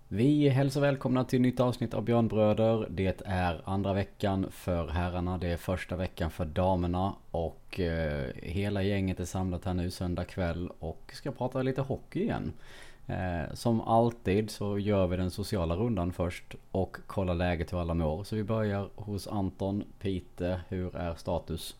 Vi hälsar välkomna till nytt avsnitt av Björnbröder. Det är andra veckan för herrarna, det är första veckan för damerna och hela gänget är samlat här nu söndag kväll och ska prata lite hockey igen. Som alltid så gör vi den sociala rundan först och kollar läget hur alla mår. Så vi börjar hos Anton. Pite, hur är status?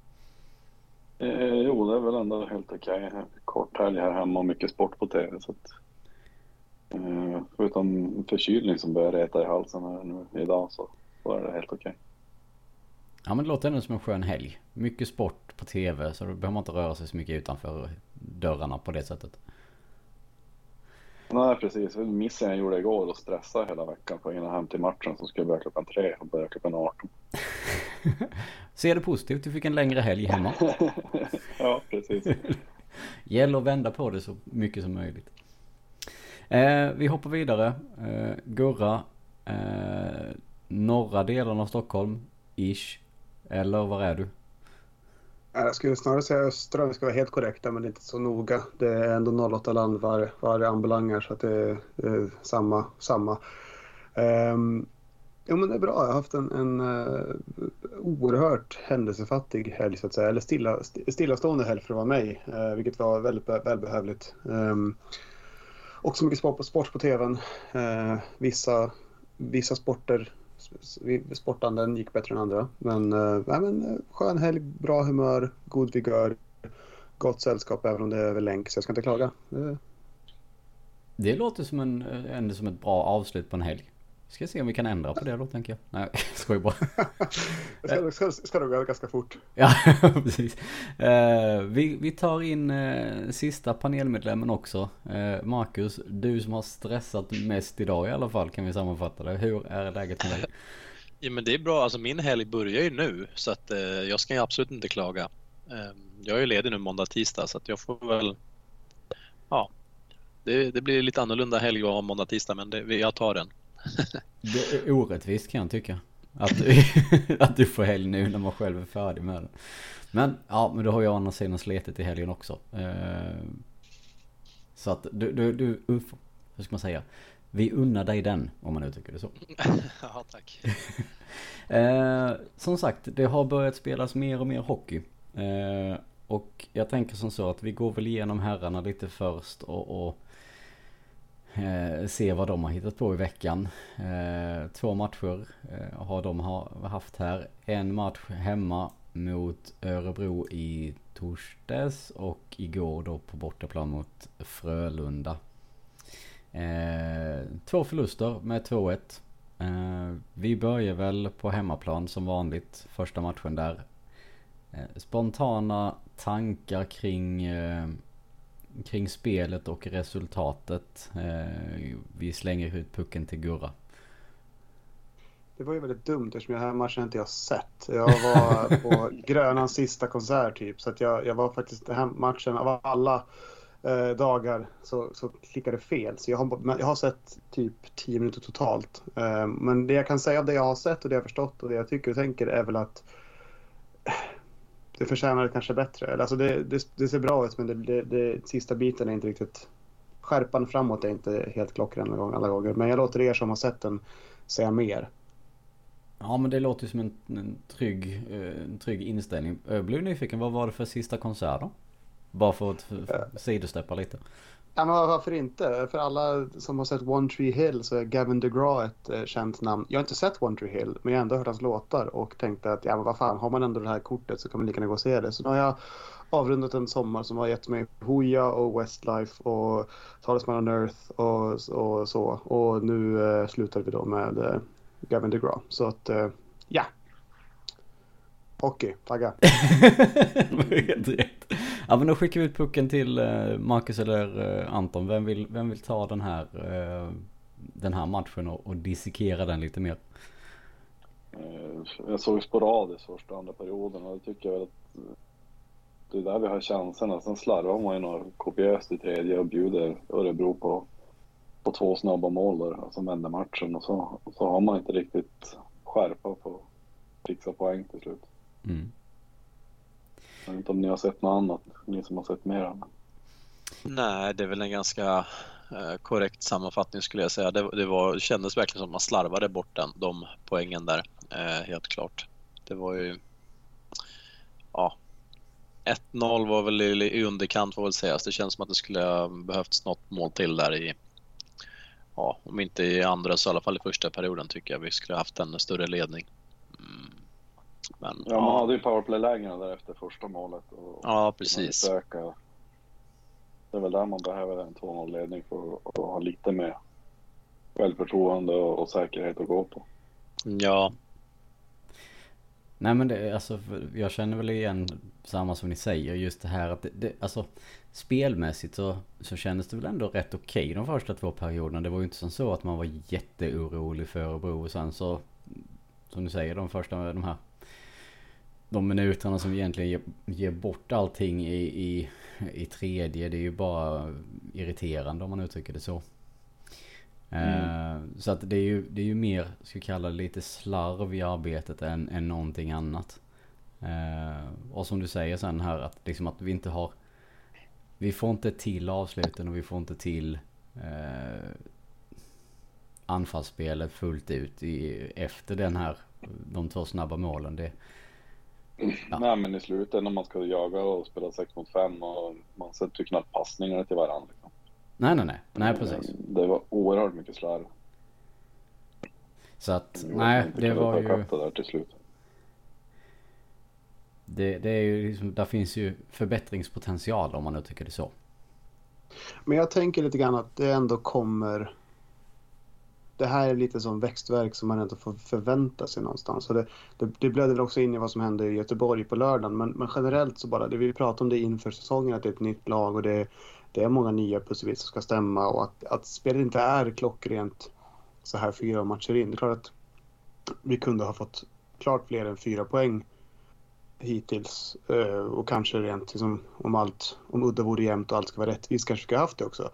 Jo, det är väl ändå helt okej. Kort helg här hemma och mycket sport på tv. Så att, förutom förkylning som börjar reta i halsen här nu idag så är det helt okej. Ja, men det låter ändå som en skön helg. Mycket sport på tv så då behöver man inte röra sig så mycket utanför dörrarna på det sättet. Nej, precis. Missen jag gjorde igår och stressade hela veckan på innan hem till matchen som skulle börja klockan 3 och börja klockan 18. Ser det positivt, du fick en längre helg hemma. Ja, precis. Gäller att vända på det så mycket som möjligt. Vi hoppar vidare. Gurra. Norra delen av Stockholm. Ish. Eller var är du? Jag skulle snarare säga östra, vi ska vara helt korrekta, men inte så noga. Det är ändå 08 land var ambulangar, så att det är samma. Jo, men det är bra. Jag har haft en oerhört händelsefattig helg, så att säga. Eller stillastående helg för att vara mig, vilket var väldigt välbehövligt. Också mycket sport på tvn. Vissa sporter, sportanden gick bättre än andra. Men skön helg, bra humör, god vigör, gott sällskap även om det är över länk, så jag ska inte klaga. Det låter som ändå som ett bra avslut på en helg. Ska se om vi kan ändra på det då, tänker jag. Nej, skojar bara. ska det gå ganska fort. Ja, precis. Vi tar in sista panelmedlemmen också. Marcus, du som har stressat mest idag i alla fall, kan vi sammanfatta det. Hur är läget med dig? Ja, men det är bra. Alltså min helg börjar ju nu, så att jag ska ju absolut inte klaga. Jag är ju ledig nu måndag, tisdag, så att jag får väl... Ja, det blir lite annorlunda helg att ha måndag, tisdag, men jag tar den. Det är orättvist, kan jag tycka. Att du får helg nu när man själv är färdig med den. Men då har jag annars sidan sletet i helgen också. Så att du hur ska man säga? Vi unnar dig den, om man uttrycker det så. Ja, tack. Som sagt, det har börjat spelas mer och mer hockey. Och jag tänker som så att vi går väl igenom herrarna lite först och se vad de har hittat på i veckan. 2 matcher har de haft här. En match hemma mot Örebro i torsdags och igår då på bortaplan mot Frölunda. 2 förluster med 2-1. Vi börjar väl på hemmaplan som vanligt, första matchen där. Spontana tankar kring spelet och resultatet. Vi slänger ut pucken till Gurra. Det var ju väldigt dumt eftersom jag här matchen inte jag sett. Jag var på Grönans sista konsert typ, så att jag var faktiskt den här matchen av alla dagar så klickade fel. Så jag har sett typ 10 minuter totalt. Men det jag kan säga av det jag har sett och det jag har förstått och det jag tycker och tänker är väl att det förtjänar kanske bättre. Alltså det ser bra ut, men det sista biten är inte riktigt... Skärpan framåt är inte helt klockren alla gånger. Men jag låter er som har sett den säga mer. Ja, men det låter ju som en trygg inställning. Jag blev nyfiken, vad var det för sista konsert då? Bara för att sidosteppa lite. Ja, men varför inte? För alla som har sett One Tree Hill så är Gavin DeGraw ett känt namn. Jag har inte sett One Tree Hill, men jag har ändå hört hans låtar och tänkte att men vad fan, har man ändå det här kortet så kan man lika gärna gå och se det. Så nu har jag avrundat en sommar som har gett mig Hooja och Westlife och Talisman on Earth och så. Och nu slutar vi då med Gavin DeGraw. Så att, ja. Hockey, tagga. Helt rätt. Ja, men då skickar vi ut pucken till Marcus eller Anton. Vem vill ta den här matchen och dissekera den lite mer? Jag såg sporadiskt första och andra perioden och det tycker jag väl att det är där vi har chanserna. Sen slarvar man ju några kopiöst i tredje och bjuder Örebro på 2 snabba mål där, som vänder matchen och så har man inte riktigt skärpa på att fixa poäng till slut. Mm. Jag vet inte om ni har sett något annat, ni som har sett mer. Nej, det är väl en ganska korrekt sammanfattning skulle jag säga. Det kändes verkligen som att man slarvade bort de poängen där, helt klart. Det var ju, ja, 1-0 var väl i underkant får väl sägas. Det känns som att det skulle ha behövts något mål till där om inte i andra så i alla fall i första perioden tycker jag vi skulle ha haft en större ledning. Men, man hade ju powerplay-lägena där efter första målet. Och ja, precis. Det är väl där man behöver en 2-0-ledning för att ha lite mer självförtroende och säkerhet att gå på. Ja. Nej men jag känner väl igen samma som ni säger, just det här att alltså spelmässigt så kändes det väl ändå rätt okej de första 2 perioderna. Det var ju inte som så att man var jätteorolig för Örebro, och sen så som du säger de minuterna som egentligen ger bort allting i tredje, det är ju bara irriterande om man uttrycker det så. Så att det är ju mer, ska jag kalla det, lite slarv i arbetet än någonting annat. Och som du säger sen här att liksom att vi får inte till avsluten och vi får inte till anfallsspelet fullt ut efter de 2 snabba målen. Ja. Nej, men i slutet när man ska jaga och spela 6 mot 5 och man sätter ju knappt passningar till varandra liksom. Nej, precis. Det var oerhört mycket slarv. Så att, nej, det var ju... Där till slut. Det är ju liksom, där finns ju förbättringspotential om man nu tycker det så. Men jag tänker lite grann att det ändå kommer... Det här är lite som växtverk som man inte får förvänta sig någonstans. Och det blödde väl också in i vad som hände i Göteborg på lördagen. Men generellt så bara, det vi pratade om det inför säsongen, att det är ett nytt lag och det är många nya pusselbitar som ska stämma. Och att spelet inte är klockrent så här 4 matcher in. Det är klart att vi kunde ha fått klart fler än 4 poäng hittills. Och kanske rent liksom, om udda vore jämnt och allt ska vara rättvist, kanske ska ha haft det också.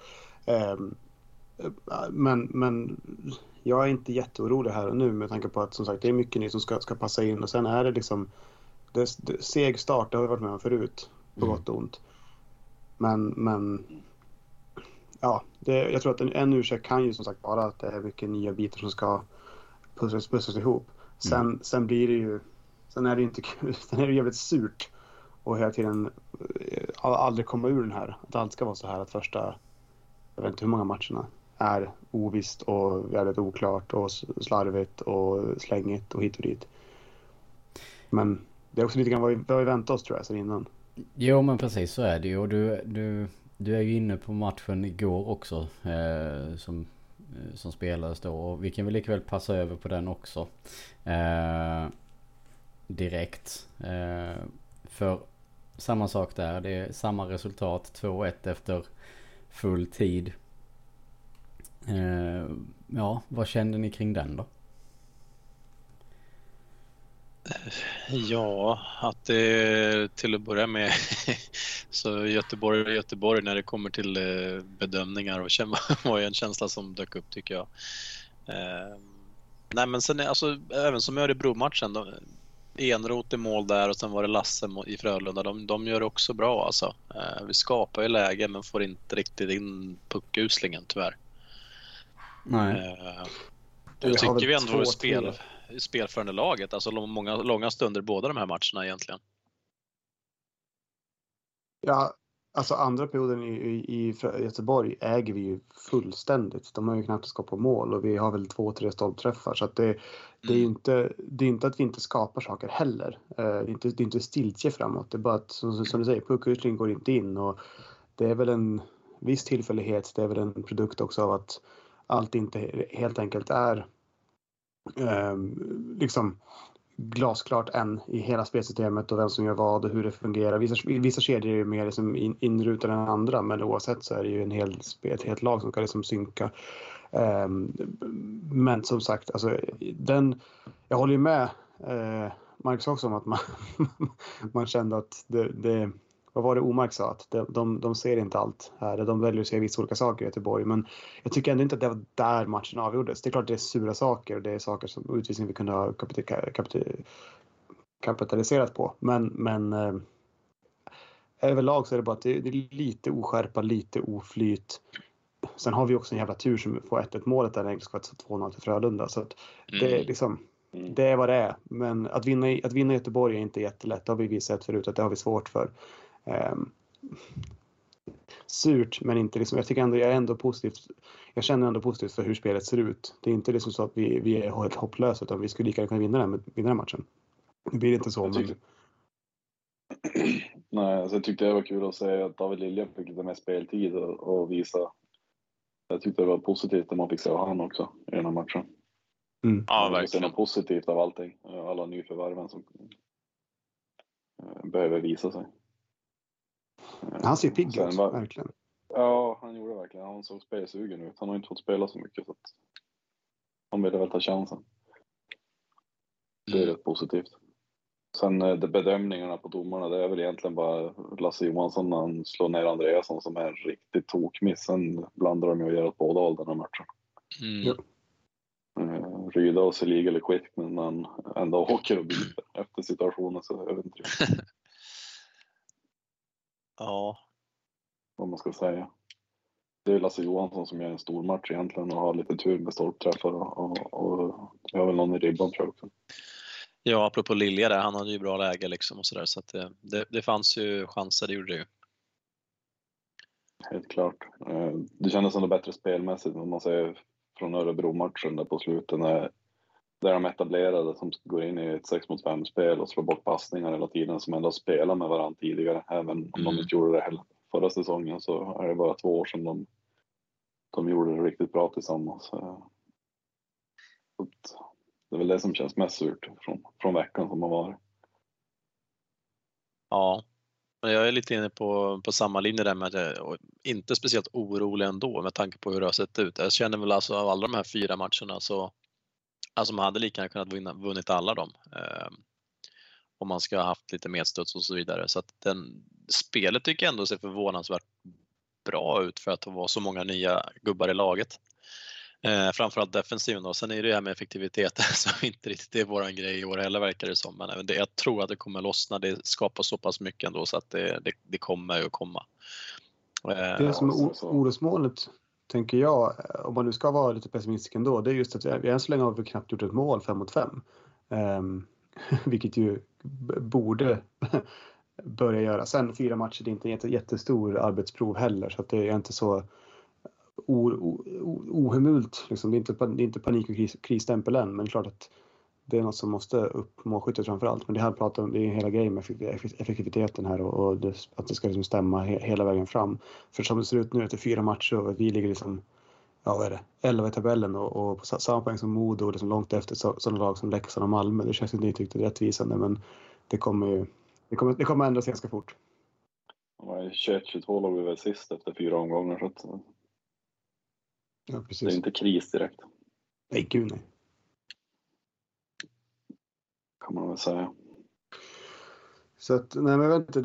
Men jag är inte jätteorolig här och nu med tanke på att som sagt det är mycket nytt som ska passa in, och sen är det liksom seg start, det har vi varit med om förut på gott och ont. Men ja, jag tror att en ursäkt kan ju som sagt vara att det är mycket nya bitar som ska pusslas ihop. Sen blir det ju, sen är det inte kul, sen är det jävligt surt och hela tiden aldrig komma ur den här, att allt ska vara så här att första, jag vet inte hur många matcherna är ovisst och väldigt oklart och slarvigt och slängigt och hit och dit. Men det är också lite grann vad vi väntar oss tror jag sen innan. Jo men precis så är det ju, och du är ju inne på matchen igår också som spelades då, och vi kan väl likväl passa över på den också direkt. För samma sak där, det är samma resultat, 2-1 efter full tid. Ja, vad kände ni kring den då? Ja, att det till att börja med så Göteborg när det kommer till bedömningar och var ju en känsla som dök upp tycker jag. Nej men sen alltså även som i Örebro-matchen Enroth i mål där och sen var det Lasse i Frölunda, de gör det också bra alltså. Vi skapar ju läge men får inte riktigt in puckuslingen tyvärr. Nej. Jag tycker vi ändå var spelförande laget, alltså långa stunder båda de här matcherna egentligen. Ja, alltså andra perioden i Göteborg äger vi ju fullständigt. De har ju knappt skapat mål och vi har väl 2-3 stolpträffar, så att det är inte att vi inte skapar saker heller. Det är inte stiltje framåt. Det är bara att som du säger, puckuslingen går inte in, och det är väl en viss tillfällighet. Det är väl en produkt också av att allt inte helt enkelt är liksom glasklart än i hela spelsystemet och vem som gör vad och hur det fungerar. Vissa kedjor är ju mer liksom inrutade än andra, men oavsett så är det ju ett helt lag som ska liksom synka. Men som sagt, alltså, jag håller ju med Marcus också om att man kände att det vad var det Omark sa? Att de ser inte allt här. De väljer att se vissa olika saker i Göteborg. Men jag tycker ändå inte att det var där matchen avgjordes. Det är klart det är sura saker. Och det är saker som utvisning vi kunde ha kapitaliserat på. Men överlag så är det bara att det är lite oskärpa, lite oflyt. sen har vi också en jävla tur som får 1-1 målet där det ska vara 2-0 till Frölunda. Så att det är liksom, det är vad det är. Men att vinna Göteborg är inte jättelätt. Det har vi visat förut att det har vi svårt för. Surt, men inte liksom, jag är ändå positivt. Jag känner ändå positivt för hur spelet ser ut. Det är inte liksom så att vi är helt hopplösa, utan vi skulle lika kunna vinna den matchen. Det blir inte så. Nej, alltså jag tyckte det var kul att se att David Lilja fick lite mer speltid och visa. Jag tyckte det var positivt att man fick se han också i den här matchen. Ja, verkligen. Det är positivt av allting. Alla nyförvärven som behöver visa sig. Han ser pigg ut, verkligen. Ja, han gjorde verkligen. Han såg spelsugen ut. Han har inte fått spela så mycket, så att han ville väl ta chansen. Det är rätt positivt. Sen bedömningarna på domarna, det är väl egentligen bara Lasse Johansson när han slår ner Andreasson som är en riktigt tokmiss. Sen blandar de ju och gör åt båda håll den här matchen. Ryda och Selig eller Quick, men han ändå åker och byter efter situationen, så jag vet inte ja, vad man ska säga. Det är Lasse Johansson som gör en stor match egentligen och har lite tur med stolpträffar och jag har väl någon i ribban tror jag också. Ja, apropå Lilja där, han hade ju bra läge liksom och sådär, så att det fanns ju chanser, det gjorde det ju. Helt klart. Det kändes ändå bättre spelmässigt om man säger från Örebro-matchen där på slutet där de etablerade som går in i ett 6-mot-5-spel och slår bort passningar hela tiden, som ändå spelar med varandra tidigare. Även om de inte gjorde det förra säsongen, så är det bara 2 år sedan de gjorde det riktigt bra tillsammans. Det är väl det som känns mest surt från veckan som har varit. Ja, men jag är lite inne på samma linje där med att jag inte speciellt orolig ändå med tanke på hur det har sett ut. Jag känner väl alltså av alla de här 4 matcherna så alltså man hade lika gärna kunnat vunnit alla dem. Om man ska ha haft lite medstuds och så vidare. Så att spelet tycker jag ändå ser förvånansvärt bra ut för att det var så många nya gubbar i laget. Framförallt defensiven då. Sen är det här med effektiviteten som inte riktigt är våran grej i år heller, verkar det som. Men jag tror att det kommer lossna. Det skapar så pass mycket ändå så att det kommer att komma. Det som är orosmolnet, tänker jag, om man nu ska vara lite pessimistisk ändå, det är just att vi än så länge har vi knappt gjort ett mål 5-mot-5. Vilket ju borde börja göra. Sen 4 matcher, det är inte en jättestor arbetsprov heller, så att det är inte så ohemult. Liksom. Det är inte panik och krisstämpel än, men klart att det är något som måste upp målskyttet framförallt. Men det här pratar om, det är hela grejen med effektiviteten här och att det ska liksom stämma hela vägen fram. För som det ser ut nu efter 4 matcher och vi ligger liksom, ja vad är det, 11 i tabellen och på samma poäng som Modo och liksom långt efter sådana lag som Leksand och Malmö. Det känns inte riktigt rättvisande, men det kommer ändras ganska fort. 21-22 låg vi väl sist efter 4 omgångar, så att ja, precis. Det är inte kris direkt. Nej, gud nej. Kan man väl säga. Så att, nej men vänta,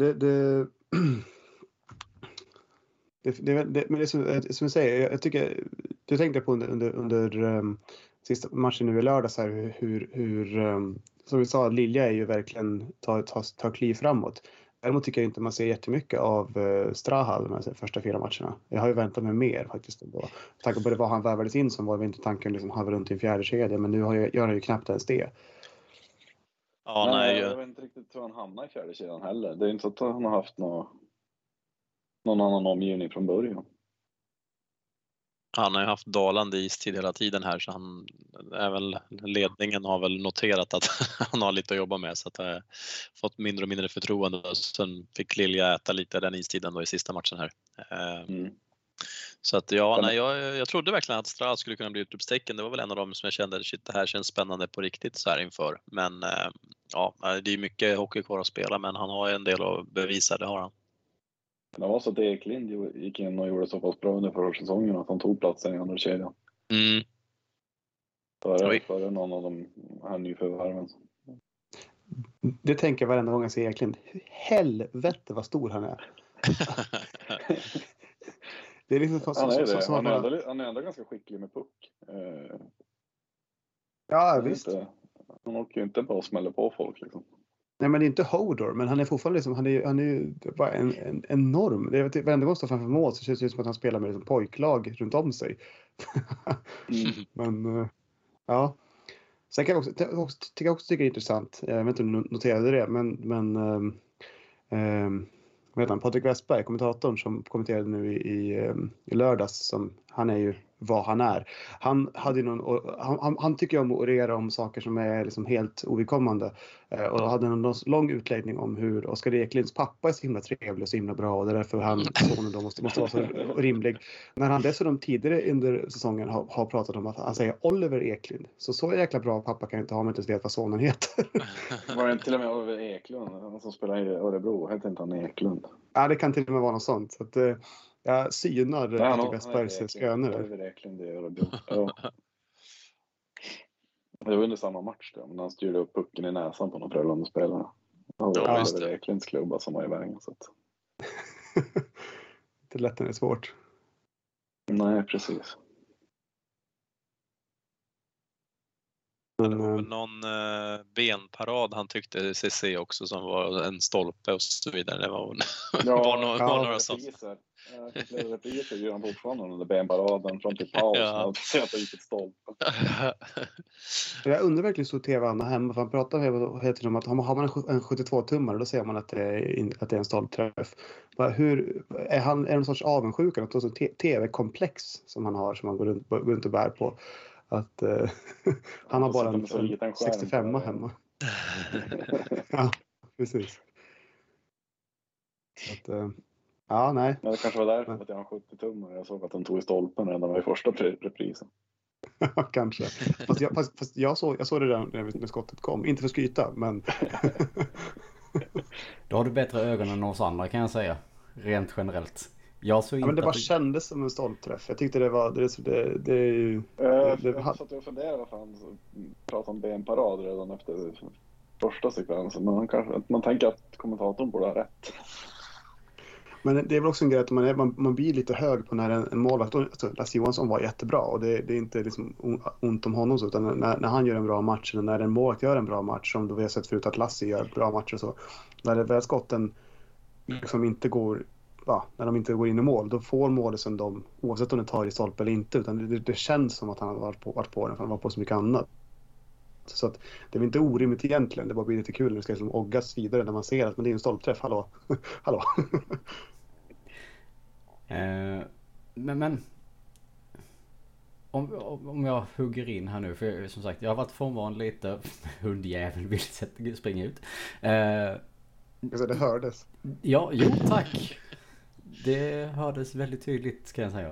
men det som jag säger, jag tycker, du tänkte på under sista matchen nu i lördag så här, hur som vi sa, Lilja är ju verkligen tar kliv framåt. Däremot tycker jag inte man ser jättemycket av Straha de här första 4 matcherna. Jag har ju väntat mig mer faktiskt ändå. Tanken på det var han värvades in som var inte tanken liksom halva runt i en fjärde kedja, men nu gör han ju knappt ens det. Ja, nej, jag vet inte riktigt hur han hamnar i fjärde kedjan heller. Det är inte så att han har haft någon annan omgivning från början. Han har ju haft dalande istid hela tiden här, så ledningen har väl noterat att han har lite att jobba med, så att han har fått mindre och mindre förtroende. Sen fick Lilja äta lite den istiden då i sista matchen här. Så att jag trodde verkligen att Straha skulle kunna bli utropstecken. Det var väl en av dem som jag kände, shit, det här känns spännande på riktigt så här inför. Men ja, det är mycket hockey kvar att spela, men han har en del att bevisa, det har han. Det var så att Eklind gick in och gjorde så pass bra under förra säsongen att han tog platsen i andra kedjan. Före någon av de här nyförvärven. Det tänker jag varenda gång jag ser Eklind. Helvete vad stor han är. Det är liksom han är ändå ganska skicklig med puck. Ja, visst. Han åker ju inte bara och smäller på folk liksom. Nej, men det är inte Hodor, men han är fortfarande liksom, han är ju bara en enorm. Det är varenda gång står framför mål så känns det som att han spelar med liksom pojklag runt om sig. Men ja. Sen kan jag också tycka det är intressant. Jag vet inte om du noterade det, men Patrik Westberg, kommentatorn som kommenterade nu i lördags, som han är ju vad han är. Han tycker om att orera om saker som är liksom helt ovidkommande. Och hade någon lång utläggning om hur Oskar Eklinds pappa är så himla trevlig och så himla bra. Och det är därför sonen då måste vara så rimlig. När han dessutom tidigare under säsongen har pratat om att han säger Oliver Eklind. Så jäkla bra pappa kan inte ha, om inte ens vet vad sonen heter. Var det till och med Oliver Eklund, han som spelar i Örebro? Heter inte han Eklund? Ja, det kan till och med vara något sånt. Så att, jag synar Patrik Westbergs sköner där. Oliver Eklund i Örebro. Ja. Det var under samma match då, men han styrde upp pucken i näsan på någon Frölunda-spelare. Ja, Oliver Eklunds klubba som var i vägen. Så att... Det är lätt när det är svårt. Nej, precis. Det var någon benparad han tyckte sig se också som var en stolpe och så vidare. Det var några sånt. Repriser gör han fortfarande under benparaden från till paus. Ja. Ser att det gick ett stolpe. Jag undrar verkligen så tv-Anna hemma, för han pratar om att har man en 72-tummare då ser man att det är en stolpträff. Är det någon sorts avundsjuka, något sorts tv-komplex som han har, som han går runt och bär på? Att han har bara en 65 hemma. Ja, precis. Så att, ja, nej. Men det kanske var därför att jag har 70 tummar. Jag såg att de tog i stolpen redan i första reprisen. Kanske. Fast jag såg det där när skottet kom. Inte för skryta, men... Då har du bättre ögon än oss andra, kan jag säga. Rent generellt. Men det bara kändes som en stolpträff. Jag tyckte det var... Det är ju... Jag satt och funderade varför han pratade om benparad redan efter första sekvensen. Men man tänker att kommentatorn borde ha rätt. Men det är väl också en grej att man blir lite hög på när en målvakt... Alltså, Lasse Johansson var jättebra och det är inte liksom ont om honom så, utan när han gör en bra match eller när en målvakt gör en bra match, som vi har sett förut att Lasse gör bra matcher och så. När det väl skotten liksom inte går... Ja, när de inte går in i mål, då får målet som de, oavsett om det tar i stolpe eller inte, utan det känns som att han har varit på den, för han var på så mycket annat. Så att det är inte orimligt egentligen, det bara blir lite kul när det ska liksom oggas vidare när man ser att men det är en stolpträff, hallå. Men om jag hugger in här nu, för som sagt jag har varit frånvarande lite, hundjävel vill springa ut. Så det hördes. Ja, jo tack. Det hördes väldigt tydligt, ska jag säga.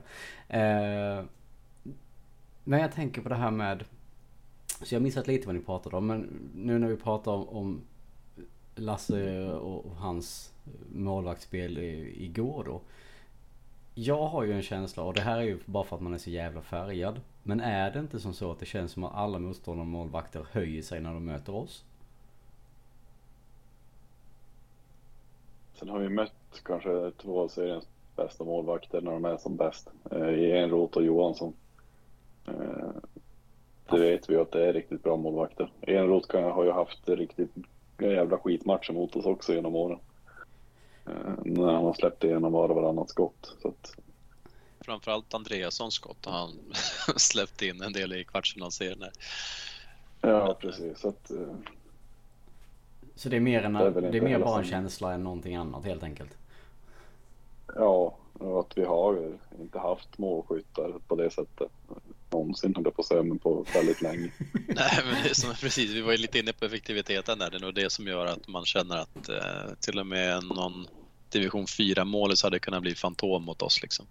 Men jag tänker på det här med... Så jag har missat lite vad ni pratade om. Men nu när vi pratar om Lasse och hans målvaktsspel igår då. Jag har ju en känsla, och det här är ju bara för att man är så jävla färgad. Men är det inte som så att det känns som att alla motståndare målvakter höjer sig när de möter oss? Sen har vi mött kanske 2 av seriens bästa målvakter när de är som bäst. I Enroth och Johansson. Det vet vi att det är riktigt bra målvakter. Enroth har ju haft riktigt jävla skitmatcher mot oss också genom åren. När han har släppt igenom var och varannat skott. Så att... Framförallt Andreassons skott har han släppt in en del i kvartsfinalserien. Ja, precis. Så det är mer, det är mer bara en känsla än någonting annat helt enkelt. Ja, och att vi har inte haft målskyttar på det sättet någonsin, höll på att säga, men på väldigt länge. Nej, men det är som, precis, vi var ju lite inne på effektiviteten där. Det är nog det som gör att man känner att till och med någon division 4 mål så hade det kunnat bli fantom mot oss liksom.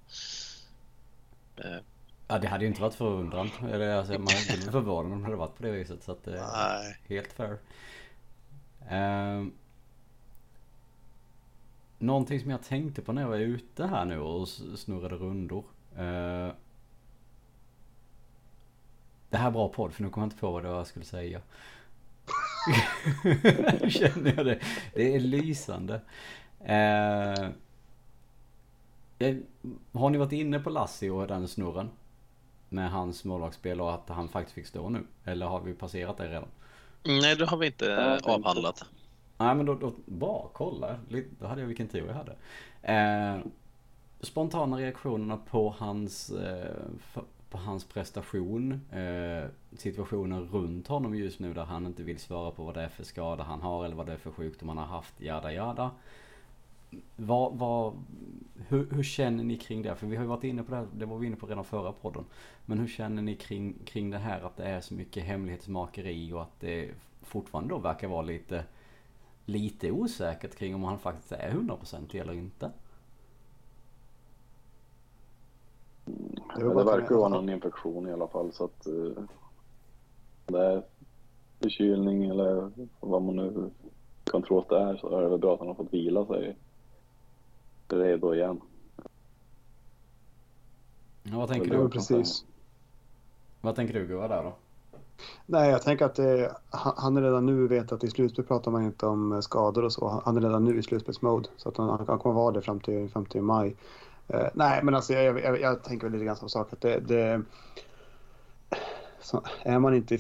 Ja, det hade ju inte varit förundran. Eller alltså, man hade inte förvånad om det hade varit på det viset, så att det är helt fair. Någonting som jag tänkte på när jag var ute här nu och snurrade rundor. Det här är bra podd, för nu kommer jag inte på vad jag skulle säga. Känner jag det? Det är lysande. Har ni varit inne på Lassie och den snurren? Med hans målvaktsspel och att han faktiskt fick stå nu? Eller har vi passerat det redan? Nej, det har vi inte avhandlat. Nej, men då bara kolla. Då hade jag vilken tur jag hade. Spontana reaktionerna på hans prestation. Situationen runt honom just nu där han inte vill svara på vad det är för skada han har eller vad det är för sjukdom han har haft. Jada. Hur känner ni kring det? För vi har ju varit inne på det var vi inne på redan förra podden. Men hur känner ni kring det här att det är så mycket hemlighetsmakeri och att det fortfarande då verkar vara lite osäkert kring om han faktiskt är 100% eller inte? Det verkar vara någon infektion i alla fall, så att det är förkylning eller vad man nu kan tro att det är, så är det väl bra att han har fått vila sig redo igen. Ja, vad tänker Ja, du? precis. Vad tänker du gå där då? Nej, jag tänker att han är redan nu vet att i slutspel pratar man inte om skador och så. Han är redan nu i slutspelsmode, så att han kommer vara det fram till maj. Nej, men alltså jag tänker väl lite grann som sak att så är man inte i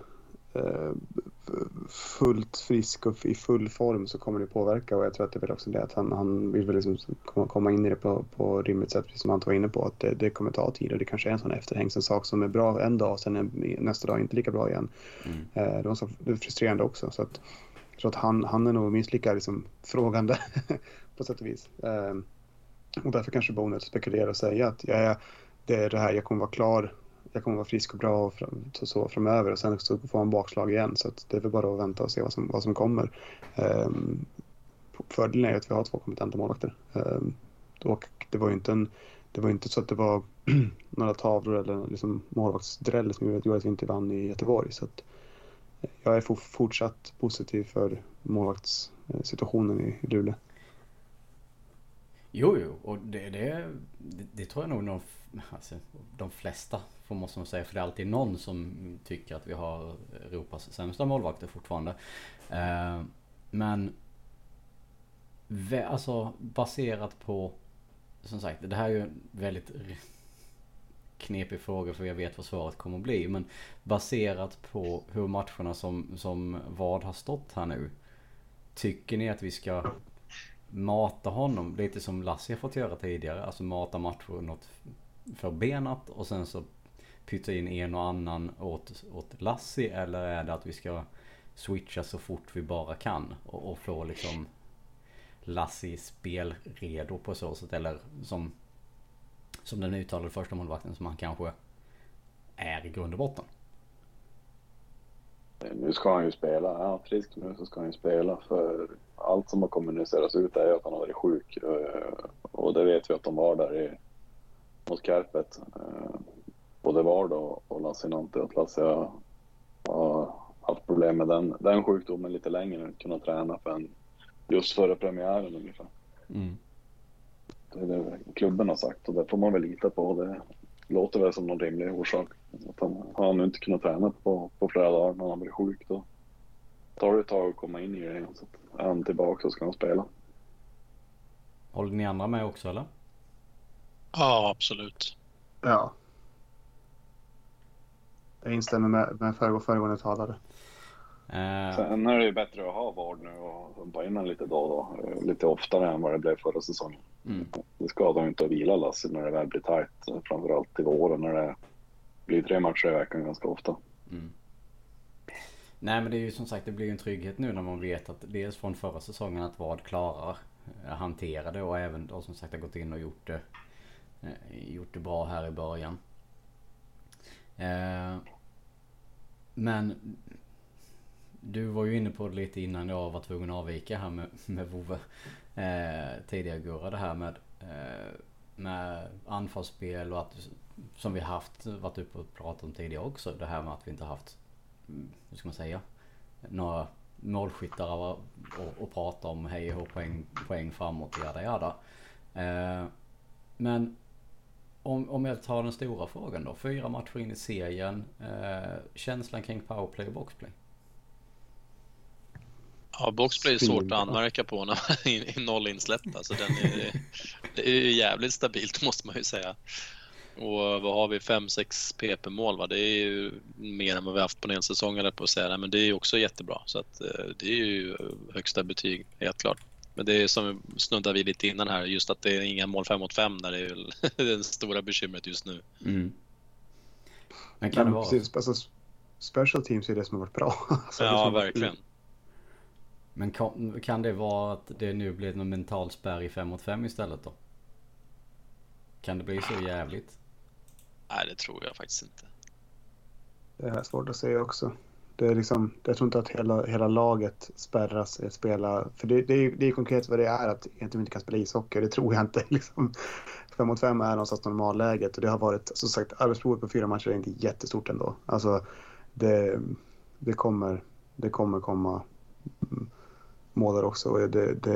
fullt frisk och i full form så kommer det påverka, och jag tror att det är väl också det att han vill väl liksom komma in i det på rimligt sätt, precis som han var inne på, att det kommer ta tid och det kanske är en sån efterhängsen sak som är bra en dag och sen nästa dag inte lika bra igen. Det var så frustrerande också, så att jag tror att han är nog minst lika liksom frågande på sätt och vis. Och därför kanske Bonet spekulerar och säga att det är det här, jag kommer vara klar, jag kommer vara frisk och bra och så framöver, och sen så får han bakslag igen, så att det är väl bara att vänta och se vad som kommer. Fördelen är att vi har 2 kompetenta målvakter. Och det var inte så att det var några tavlor eller liksom målvaktsdräll som gjorde att vi inte vann i Göteborg, så att jag är fortsatt positiv för målvaktssituationen i Luleå. Jo, och det tror jag nog de flesta måste man säga, för det är alltid någon som tycker att vi har Europas sämsta målvakter fortfarande. Men alltså baserat på, som sagt, det här är ju en väldigt knepig fråga för jag vet vad svaret kommer att bli, men baserat på hur matcherna som vad har stått här nu, tycker ni att vi ska mata honom lite som Lassie har fått göra tidigare, alltså mata matcher något förbenat och sen så pytta in en och annan åt Lassie, eller är det att vi ska switcha så fort vi bara kan och få liksom Lassie spelredo på så sätt, eller som den uttalade första målvakten som han kanske är i grund och botten? Nu ska han ju spela. Är han frisk nu så ska han ju spela, för allt som har kommunicerats ut är att han har varit sjuk, och det vet vi att de var där mot Kärpet, både Vard och Lassinante, att Lassie har haft problem med den sjukdomen lite längre än kunnat träna för just före premiären ungefär. Det är det klubben har sagt, och det får man väl lita på. Det låter väl som någon rimlig orsak. Att han har nu inte kunnat träna på flera dagar när han blir sjuk. Då tar det ett tag att komma in i det igen, så att är han tillbaka så ska han spela. Håller ni andra med också, eller? Ja, absolut. Ja. Jag instämmer med föregående talare. Sen är det ju bättre att ha Vard nu och pumpa in en lite då och då. Lite oftare än vad det blev förra säsongen. Det skadar ju inte att vila Lassie när det väl blir tajt. Framförallt i våren när det blir 3 matcher i veckan ganska ofta. Nej, men det är ju som sagt, det blir ju en trygghet nu när man vet att dels från förra säsongen att Vard klarar hantera det, och även då som sagt har gått in och gjort det bra här i början. Men du var ju inne på det lite innan jag var tvungen att avvika här med Vove tidigare, Gurra, det här med anfallsspel och att, som vi varit uppe och pratat om tidigare också, det här med att vi inte haft, hur ska man säga, några målskyttar och prata om hej och poäng framåt, jada. Men om jag tar den stora frågan då, 4 matcher in i serien, känslan kring powerplay och boxplay? Ja, boxplay är svårt att anmärka på när man är 0 insläppta, så det är ju jävligt stabilt måste man ju säga. Och vad har vi? 5-6 PP-mål, va? Det är ju mer än vad vi haft på en hel säsong, eller på att säga. Men det är ju också jättebra. Så att, det är ju högsta betyg, helt klart. Men det är som snuddar vi lite innan här, just att det är inga mål 5 mot 5 där, det är väl det stora bekymret just nu. Mm. Men kan det vara... Precis, alltså, special teams är det som har varit bra. Alltså, ja, verkligen. Men kan det vara att det nu blir någon mental spärr i 5 mot 5 istället då? Kan det bli så jävligt? Nej, det tror jag faktiskt inte. Det är svårt att säga också. Det är liksom, jag tror inte att hela laget spärras att spela. För det är konkret vad det är att inte kan spela ishockey. Det tror jag inte. Liksom. 5 mot 5 är någonstans normalläget. Och det har varit, som sagt, arbetsprovet på 4 matcher är inte jättestort ändå. Alltså, det kommer komma mål där också. Och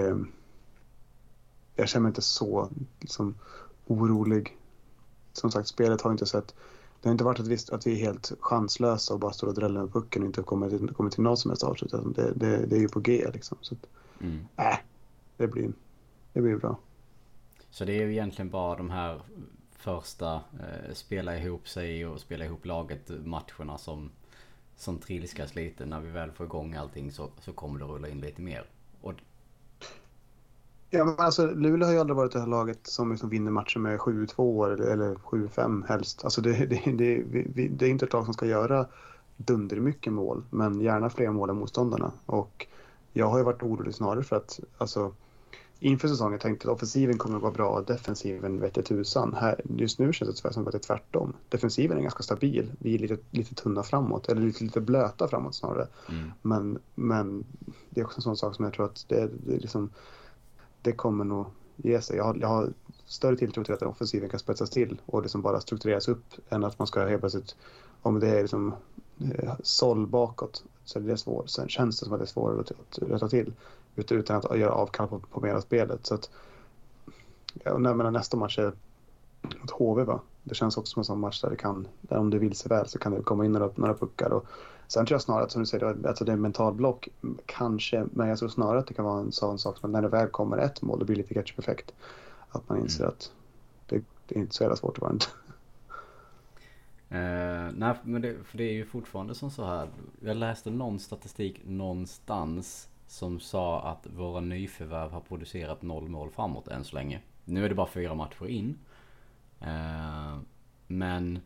jag känner mig inte så liksom, orolig. Som sagt, spelet har inte sett... Det har inte varit att vi är helt chanslösa och bara står och dräller med pucken och inte kommer till något som helst avslut. Det är ju på G liksom. Så att, det blir bra. Så det är ju egentligen bara de här första spela ihop sig och spela ihop laget matcherna som trilskas lite. När vi väl får igång allting så kommer det rulla in lite mer. Och... Ja, men alltså Luleå har ju aldrig varit det här laget som liksom vinner matcher med 7-2 eller 7-5 helst. Alltså det är inte ett lag som ska göra dundermycket mål, men gärna fler mål än motståndarna. Och jag har ju varit orolig snarare för att alltså, inför säsongen tänkte jag att offensiven kommer att vara bra och defensiven vet jag tusan. Just nu känns det som att det är tvärtom. Defensiven är ganska stabil. Vi är lite tunna framåt, eller lite blöta framåt snarare. Men det är också en sån sak som jag tror att det är liksom... Det kommer nog ge sig. Jag har större tilltro till att offensiven kan spetsas till och liksom bara struktureras upp än att man ska helt plötsligt, om det är liksom såll bakåt så är det svårt. Sen känns det som att det är svårt att rätta till utan att göra avkall på mer av spelet. Så att nästa match är mot HV, va? Det känns också som en sån match där om det vill sig väl så kan det komma in några puckar. Och sen tror jag snarare att, som du säger, alltså det är en mental block kanske, men jag tror snarare att det kan vara en sån sak som att när det väl kommer ett mål, det blir lite ketchup-effekt. Att man inser att det är inte så jävla svårt att vara inte. Nej, men det är ju fortfarande som så här. Jag läste någon statistik någonstans som sa att våra nyförvärv har producerat 0 mål framåt än så länge. Nu är det bara 4 matcher in. Men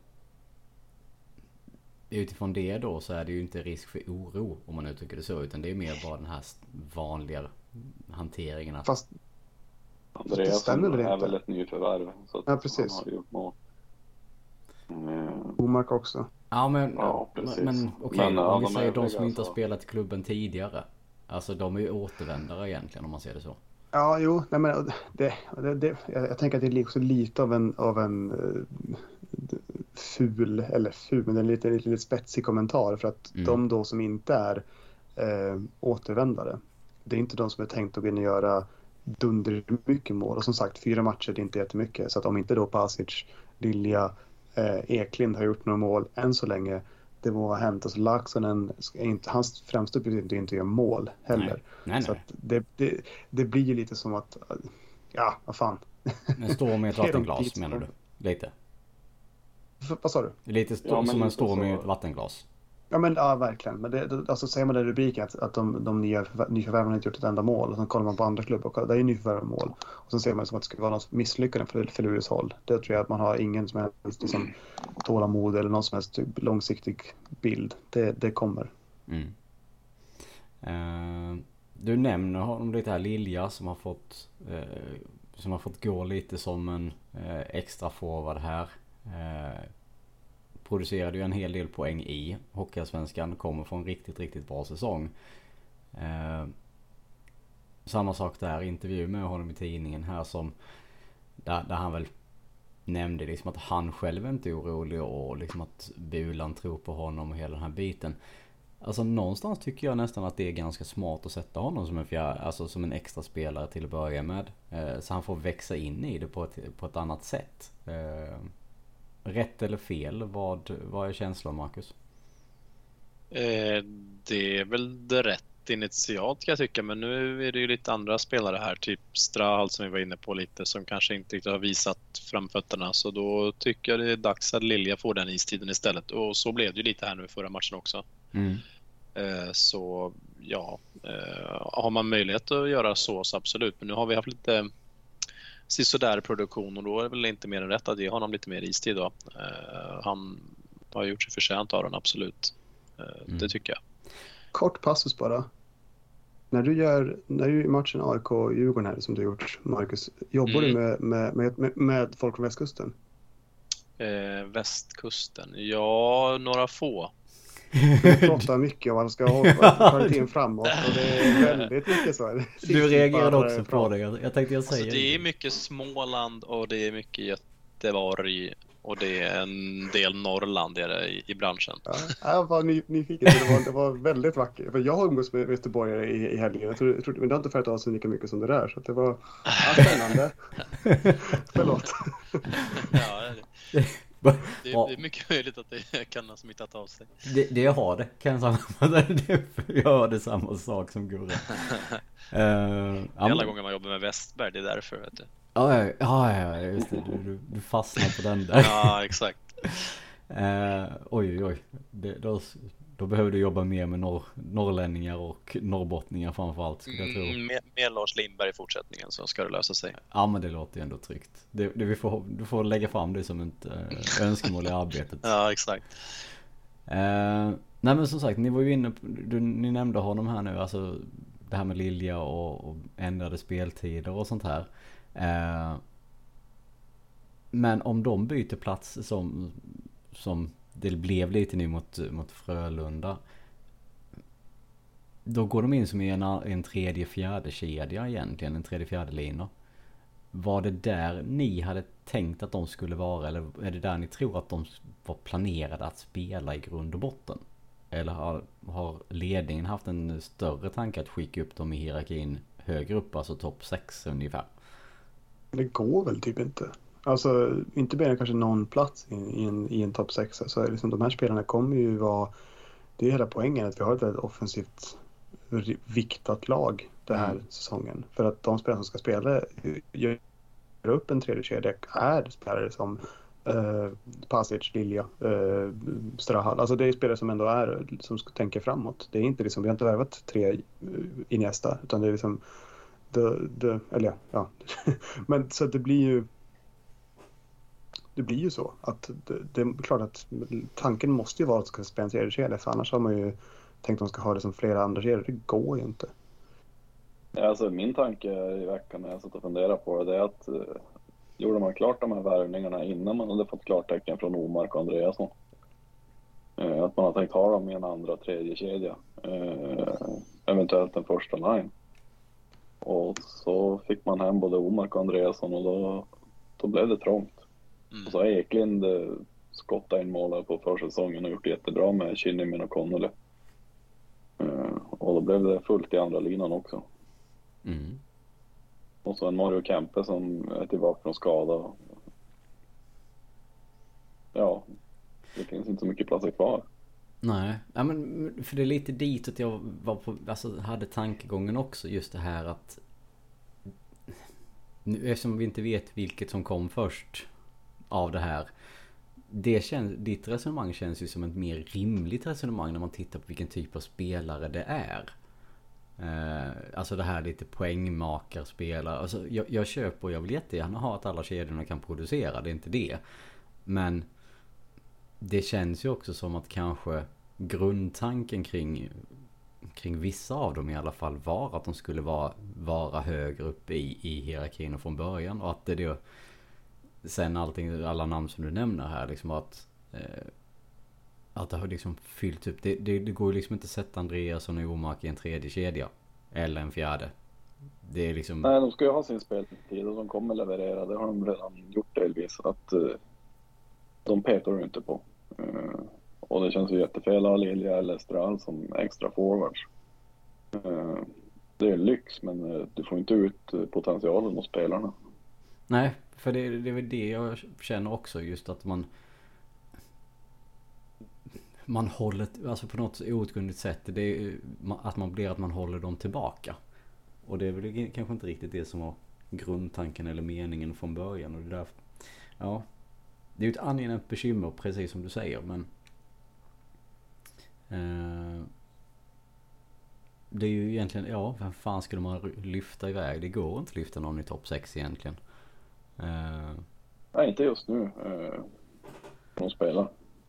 utifrån det då så är det ju inte risk för oro om man uttrycker det så, utan det är mer bara den här vanliga hanteringen. Fast Andreasson är väl ett nyförvärv, så att ja, precis. Han har gjort mål. Omark också. Ja, men okej, om vi säger de som inte har så... spelat i klubben tidigare. Alltså de är ju återvändare egentligen, om man ser det så. Ja, jo, nej, men jag tänker att det är också lite av en ful, men en lite spetsig kommentar, för att de då som inte är återvändare, det är inte de som är tänkt att gå in och göra dunder mycket mål. Och som sagt, 4 matcher, det är inte jättemycket. Så att om inte då Pasic, Lilja, Eklind har gjort några mål än så länge, det må ha hänt. Alltså Laaksonen, hans främsta uppgift är inte att göra mål heller. Nej. Så att det blir ju lite som att, ja, vad fan. En storm i ett vattenglas menar du? Lite. Vad sa du? Lite som en storm i ett vattenglas. Ja, men ja, verkligen. Men alltså säger man den rubriken att de nyförvärvarna har inte gjort ett enda mål, och så kollar man på andra klubbar och det är nyförvärvarmål, och så ser man som att det ska vara något misslyckande för Luleås håll. Det tror jag att man har ingen som helst liksom, tålamod eller någon som helst långsiktig bild. Det kommer. Du nämner honom lite här, Lilja, som har fått gå lite som en extra forward här. Producerade ju en hel del poäng i Hockeyallsvenskan, kommer från riktigt, riktigt bra säsong. Samma sak där, intervju med honom i tidningen här som där han väl nämnde liksom att han själv inte är orolig och liksom att Bulan tror på honom och hela den här biten. Alltså någonstans tycker jag nästan att det är ganska smart att sätta honom som en extra spelare till att börja med. Så han får växa in i det på ett annat sätt. Rätt eller fel? Vad är känslan, Marcus? Det är väl det rätta rätt initialt kan jag tycka, men nu är det ju lite andra spelare här, typ Strahal som vi var inne på lite, som kanske inte riktigt har visat framfötterna, så då tycker jag det är dags att Lilja får den istiden istället, och så blev det ju lite här nu i förra matchen också. Så ja, har man möjlighet att göra så absolut, men nu har vi haft lite sisådär produktion och då är det väl inte mer än rätt att ge honom lite mer istid då. Han har gjort sig förtjänt av den, absolut. Det tycker jag. Kort passus bara. När du i matchen AIK-Djurgården här som du gjort, Marcus, jobbar du med folk från västkusten? Västkusten? Ja, några få. Du pratar mycket om att man ska hålla kvaliteten framåt och det är väldigt mycket så. Du reagerade också på det. Jag tänkte jag säger. Alltså, det är mycket Småland och det är mycket Göteborg och det är en del Norrland i branschen. Ja, jag var nyfiken. Det var väldigt vackert. För jag har umgås med göteborgare i helgen. Jag tror, men det har inte färgat av sig lika mycket som det där. Så att det var spännande. Förlåt. Ja, det är mycket möjligt att det kan ha smittat av sig. Det har det, kan jag säga. Jag hörde samma sak som Gurra. Alla gånger man jobbar med Westberg, det är därför, vet du. Ja, just det. Du fastnar på den där. Ja, exakt. Oj. Då behöver du jobba mer med norrlänningar och norrbottningar framförallt, skulle jag tro. Med Lars Lindberg i fortsättningen, så ska det lösa sig. Ja, men det låter ju ändå tryggt. Du får lägga fram det som ett önskemål i arbetet. Ja, exakt. Nej, men som sagt, ni var ju inne på, ni nämnde honom här nu, alltså det här med Lilja och ändrade speltider och sånt här. Men om de byter plats som det blev lite nu mot Frölunda, då går de in som i en tredje fjärde kedja egentligen, en tredje fjärde lina. Var det där ni hade tänkt att de skulle vara, eller är det där ni tror att de var planerade att spela i grund och botten? Eller har ledningen haft en större tanke att skicka upp dem i hierarkin högre upp, alltså topp 6 ungefär? Det går väl typ inte. Alltså inte mer än kanske någon plats i en topp 6. Så liksom, de här spelarna kommer ju vara, det är hela poängen att vi har ett väldigt offensivt viktat lag den här säsongen. För att de spelare som ska spela göra upp en tredje kedja är spelare som Pasic, Lilja, Strahal. Alltså det är spelare som ändå är, som tänker framåt. Det är inte liksom, vi har inte värvat 3 Iniesta, utan det är liksom eller ja. Men så det blir ju så att det är klart att tanken måste ju vara att ska spela en tredje kedja, för annars har man ju tänkt att de ska ha det som flera andra kedjor. Det går ju inte. Ja, alltså min tanke i veckan när jag satt och funderade på det är att gjorde man klart de här värvningarna innan man hade fått klartecken från Omark och Andreasson. Att man har tänkt ha dem i en andra tredje kedja. Eventuellt en första line. Och så fick man hem både Omark och Andreasson och då blev det trångt. Och så har Eklind skottat in målar på försäsongen och gjort jättebra med Kinnimin och Connolly. Och då blev det fullt i andra linan också. Och så en Mario Kempe som är tillbaka från skada. Ja, det finns inte så mycket platser kvar. Nej, ja, men för det är lite dit att jag var på, alltså hade tankegången också, just det här att nu, eftersom vi inte vet vilket som kom först av det här, ditt resonemang känns ju som ett mer rimligt resonemang när man tittar på vilken typ av spelare det är. Alltså det här lite poängmakarspelare. Alltså jag köper och jag vill jättegärna ha att alla kedjorna kan producera, det är inte det. Men det känns ju också som att kanske grundtanken kring vissa av dem i alla fall var att de skulle vara högre upp i hierarkin från början, och att det då sen alla namn som du nämner här liksom att det har liksom fyllt upp. Det går ju liksom inte att sätta Andreasson och Omark i en tredje kedja eller en fjärde. Det är liksom... Nej, de ska ju ha sin speltid och de kommer leverera. Det har de redan gjort delvis. Att de petar du inte på. Och det känns ju jättefel av Lilja eller Strahal som extra forwards. Det är lyx, men du får inte ut potentialen hos spelarna. Nej, för det är väl det jag känner också, just att man man håller, alltså på något outgrundligt sätt, det är ju att man håller dem tillbaka. Och det är väl kanske inte riktigt det som var grundtanken eller meningen från början. Och det där, ja, det är ju ett angenämt bekymmer, precis som du säger, men det är ju egentligen, ja, vem fan skulle man lyfta iväg? Det går inte att lyfta någon i topp 6 egentligen. Nej, inte just nu. De spelar.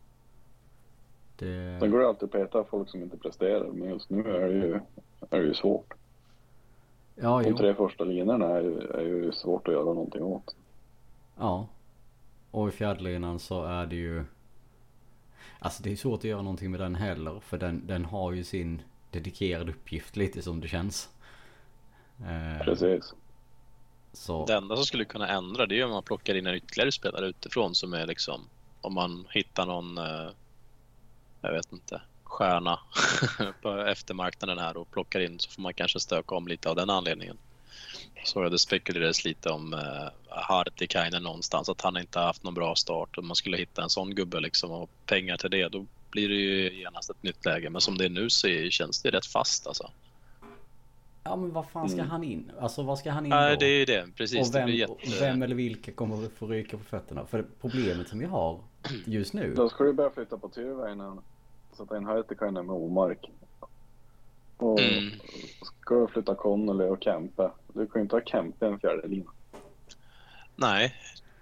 Sen går det alltid att peta folk som inte presterar, men just nu är det ju svårt. Ja, de 3 första linorna är ju svårt att göra någonting åt. Ja. Och i fjärdelinan så är det ju, alltså det är svårt att göra någonting med den heller, för den har ju sin dedikerade uppgift lite som det känns. Precis. Så. Det enda som skulle kunna ändra, det är om man plockar in en ytterligare spelare utifrån som är liksom, om man hittar någon, jag vet inte, stjärna på eftermarknaden här och plockar in, så får man kanske stöka om lite av den anledningen. Så det spekulerades lite om Hartikainen någonstans, att han inte har haft någon bra start, och man skulle hitta en sån gubbe liksom och pengar till det, då blir det ju genast ett nytt läge. Men som det är nu så känns det rätt fast alltså. Ja, men vad fan ska han in? Alltså vad ska han in då? Då? Det är ju det, precis. Och vem eller vilka kommer få ryka på fötterna? För problemet som vi har just nu. Då ska du börja flytta på Tyrväinen, sätta in Hartikainen med Omark. Och ska du flytta Connolly och Kempe. Du kan ju inte ha Kempe i en fjärde lina. Nej.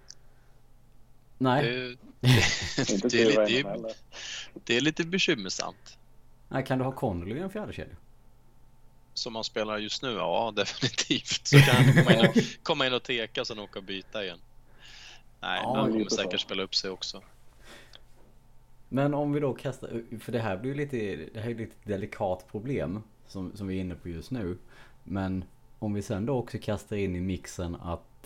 Det är lite bekymmersamt. Nej, kan du ha Connolly i en fjärde kedja? Som man spelar just nu, ja definitivt. Så kan han komma in och teka, sen åka och byta igen. Nej, ja, han kommer säkert spela upp sig också. Men om vi då kastar, för det här blir ju lite delikat problem som vi är inne på just nu. Men om vi sen då också kastar in i mixen att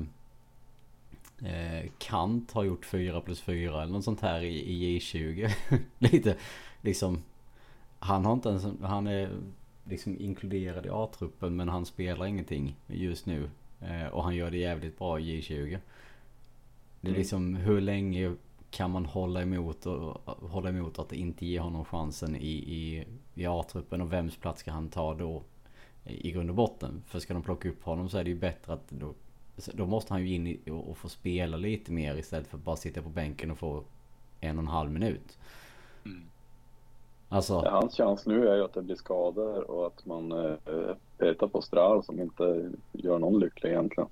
Kant har gjort 4+4 eller något sånt här i J20. Lite liksom, han är liksom inkluderad i A-truppen, men han spelar ingenting just nu. Och han gör det jävligt bra i J20. Det är liksom, hur länge kan man hålla emot att det inte ger honom chansen i A-truppen, och vems plats ska han ta då i grund och botten? För ska de plocka upp honom så är det ju bättre att då måste han ju in och få spela lite mer istället för att bara sitta på bänken och få 1,5 minut. Alltså, ja, hans chans nu är ju att det blir skador och att man petar på Strahl som inte gör någon lycklig egentligen.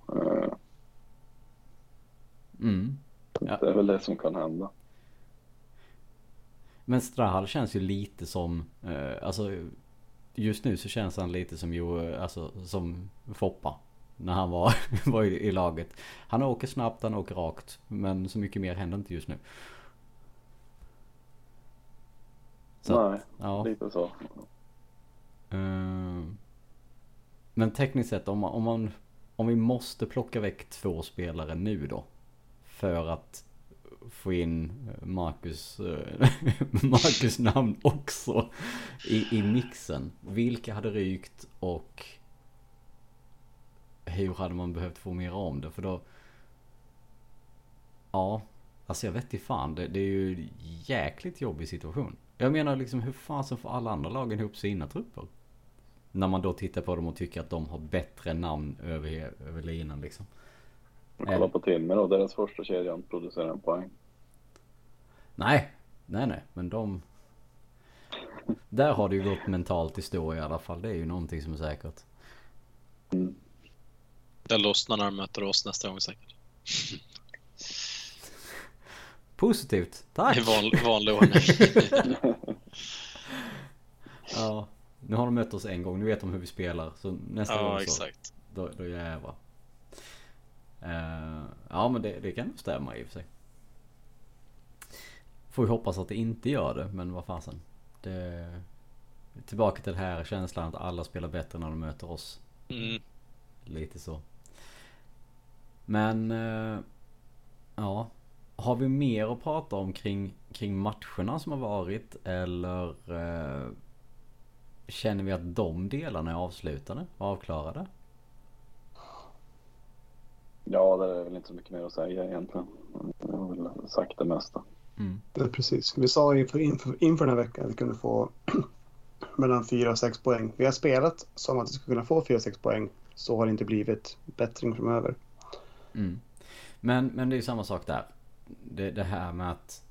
Ja. Det är väl det som kan hända. Men Strahl känns ju lite som alltså just nu så känns han lite som Foppa när han var i laget. Han åker snabbt, han åker rakt, men så mycket mer händer inte just nu. Så, nej, ja. Lite så. Men tekniskt sett om vi måste plocka väck 2 spelare nu då för att få in Marcus namn också i mixen. Vilka hade rykt och hur hade man behövt få mer om det? För då, ja, alltså jag vet inte fan, det är ju en jäkligt jobbig situation. Jag menar liksom, hur fan så får alla andra lagen ihop sina trupper? När man då tittar på dem och tycker att de har bättre namn över linan liksom. Kolla på Timmer och deras första kedjan producerar en poäng. Nej, men där har det ju gått mentalt i stå i alla fall. Det är ju någonting som är säkert. Det lossnar när de möter oss nästa gång säkert. Positivt, tack! I vanlig ordning. Ja, nu har de mött oss en gång. Nu vet de hur vi spelar. Så nästa gång så, exakt. Då jävlar. Ja, men det kan stämma i och för sig. Får vi hoppas att det inte gör det, men vad fasen. Tillbaka till det här känslan att alla spelar bättre när de möter oss. Lite så. Men ja, har vi mer att prata om kring matcherna som har varit, eller känner vi att de delarna är avslutade och avklarade? Ja, det är väl inte så mycket mer att säga egentligen. Jag har väl sagt det mesta. Ja, precis. Vi sa inför den här veckan att vi kunde få mellan 4 och 6 poäng. Vi har spelat som att vi skulle kunna få 4-6 poäng. Så har det inte blivit bättring framöver. Men det är ju samma sak där. Det här med att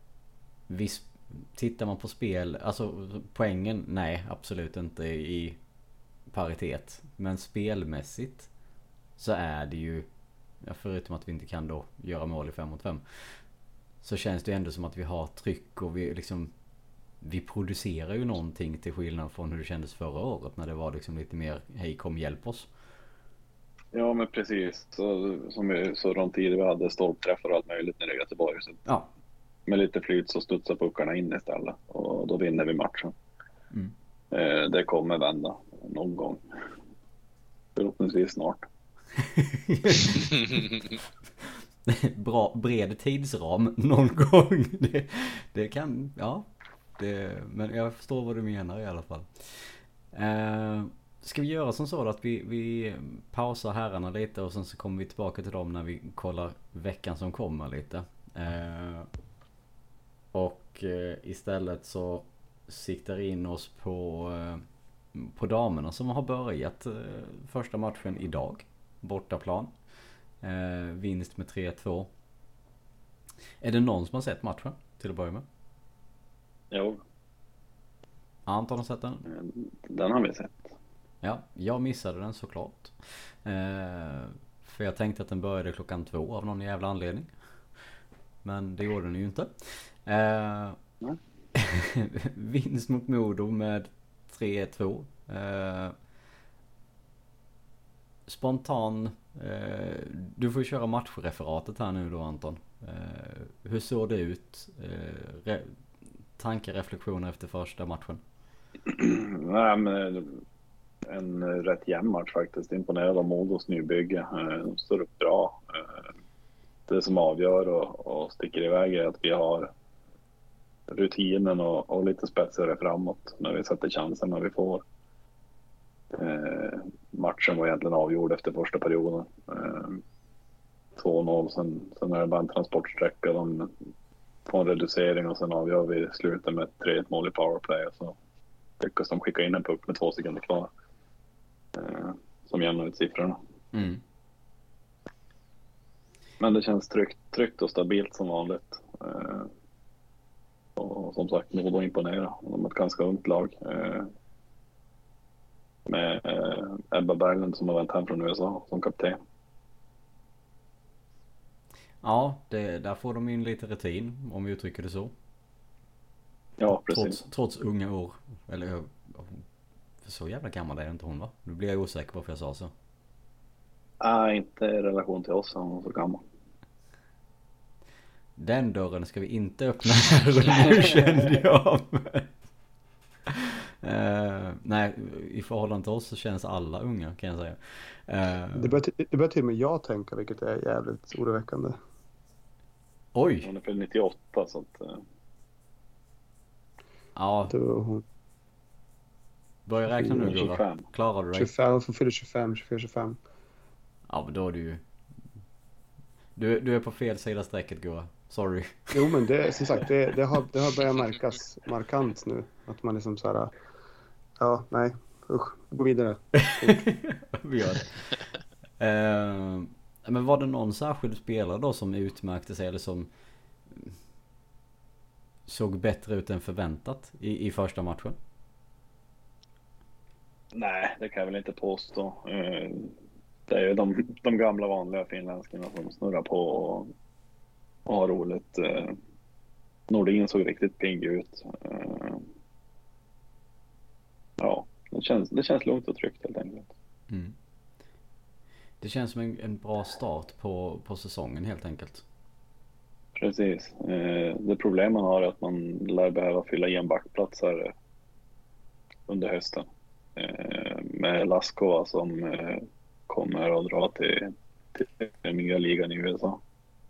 tittar man på spel, alltså poängen, nej absolut inte i paritet. Men spelmässigt så är det ju, förutom att vi inte kan då göra mål i 5 mot 5, så känns det ändå som att vi har tryck och vi producerar ju någonting till skillnad från hur det kändes förra året när det var liksom lite mer hej kom hjälp oss. Ja men precis, som vi så runt tidigare vi hade stolpträffar och allt möjligt när det är Göteborg. Så ja. Med lite flyt så studsar puckarna in istället och då vinner vi matchen. Det kommer vända någon gång. Förhoppningsvis snart. Bra bred tidsram någon gång. Det kan, ja. Men jag förstår vad du menar i alla fall. Ska vi göra som så att vi pausar herrarna lite och sen så kommer vi tillbaka till dem när vi kollar veckan som kommer lite. Och istället så siktar in oss på damerna som har börjat första matchen idag. Bortaplan. Vinst med 3-2. Är det någon som har sett matchen till att börja med? Jo. Anton har sett den? Den har vi sett. Ja, jag missade den såklart. För jag tänkte att den började 2:00 av någon jävla anledning. Men det gjorde den ju inte. Vinst mot Modo med 3-2. Spontan. Du får köra matchreferatet här nu då Anton. Hur såg det ut? Tankar, reflektioner efter första matchen? Nej, men en rätt jämn match faktiskt. Imponerad av Modos nybygge. De står upp bra. Det som avgör och sticker iväg är att vi har rutinen och lite spetsigare framåt när vi sätter chansen när vi får. Matchen var egentligen avgjord efter första perioden. 2-0, sen är det bara en transportsträcka. De får en reducering och sen avgör vi slutet med 3-1 mål i powerplay. Och så lyckas de skicka in en puck med 2 sekunder kvar. Som jämnar ut siffrorna. Men det känns tryggt och stabilt som vanligt. Och som sagt, Modo imponerar. De har ett ganska ungt lag. Med Ebba Berglund som har vänt hem från USA som kapten. Ja, där får de in lite rutin, om vi uttrycker det så. Ja, precis. Trots unga år. Eller för så jävla gammal är det inte hon, va? Nu blir jag osäker på varför jag sa så. Nej, inte i relation till oss, hon är så gammal. Den dörren ska vi inte öppna här. Nu kände jag. Nej, i förhållande till oss så känns alla unga, kan jag säga. Det börjar till och med jag tänka, vilket är jävligt oroväckande. Oj! Hon är för 98 så att... Ja. Börja räkna nu, Gurra. Klarar du dig? 25, som fyller 24-25. Ja, men då är du ju... Du är på fel sida strecket, Gurra. Sorry. Jo, men det, som sagt, det har börjat märkas markant nu. Att man liksom så här... Ja, nej. Usch, gå vidare. Vi gör det. Men var det någon särskild spelare då som utmärkte sig eller som såg bättre ut än förväntat i första matchen? Nej, det kan jag väl inte påstå. Det är ju de gamla vanliga finländskarna som snurrar på och har roligt. Nordin såg riktigt pigg ut. Ja, det känns lugnt och tryggt helt enkelt. Det känns som en bra start på säsongen helt enkelt. Precis. Det problem man har är att man lär behöva fylla i en backplats här under hösten. Med Laskova som kommer att dra till den nya ligan i USA.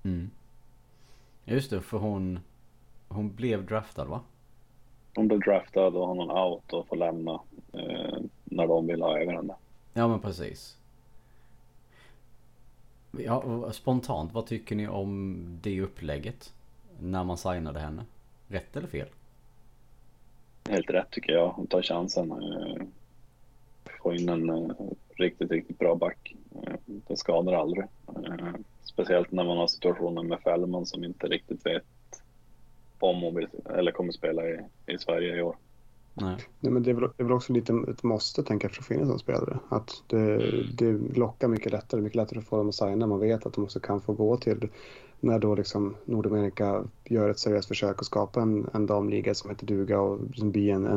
Just det, för hon blev draftad, va? Hon blev draftad och har någon out och får lämna när de vill ha över henne. Ja, men precis. Ja, och spontant, vad tycker ni om det upplägget? när man signade henne. Rätt eller fel? Helt rätt tycker jag. Ta chansen. Få in en riktigt bra back. Det skadar aldrig. Speciellt när man har situationen med Fällman som inte riktigt vet om hon vill, eller kommer spela i Sverige i år. Nej, men det är väl också lite ett måste tänka för att finnas som spelare. Att det lockar mycket lättare att få dem att signa. Man vet att de också kan få gå till när då liksom Nordamerika gör ett seriöst försök att skapa en damliga som heter duga och som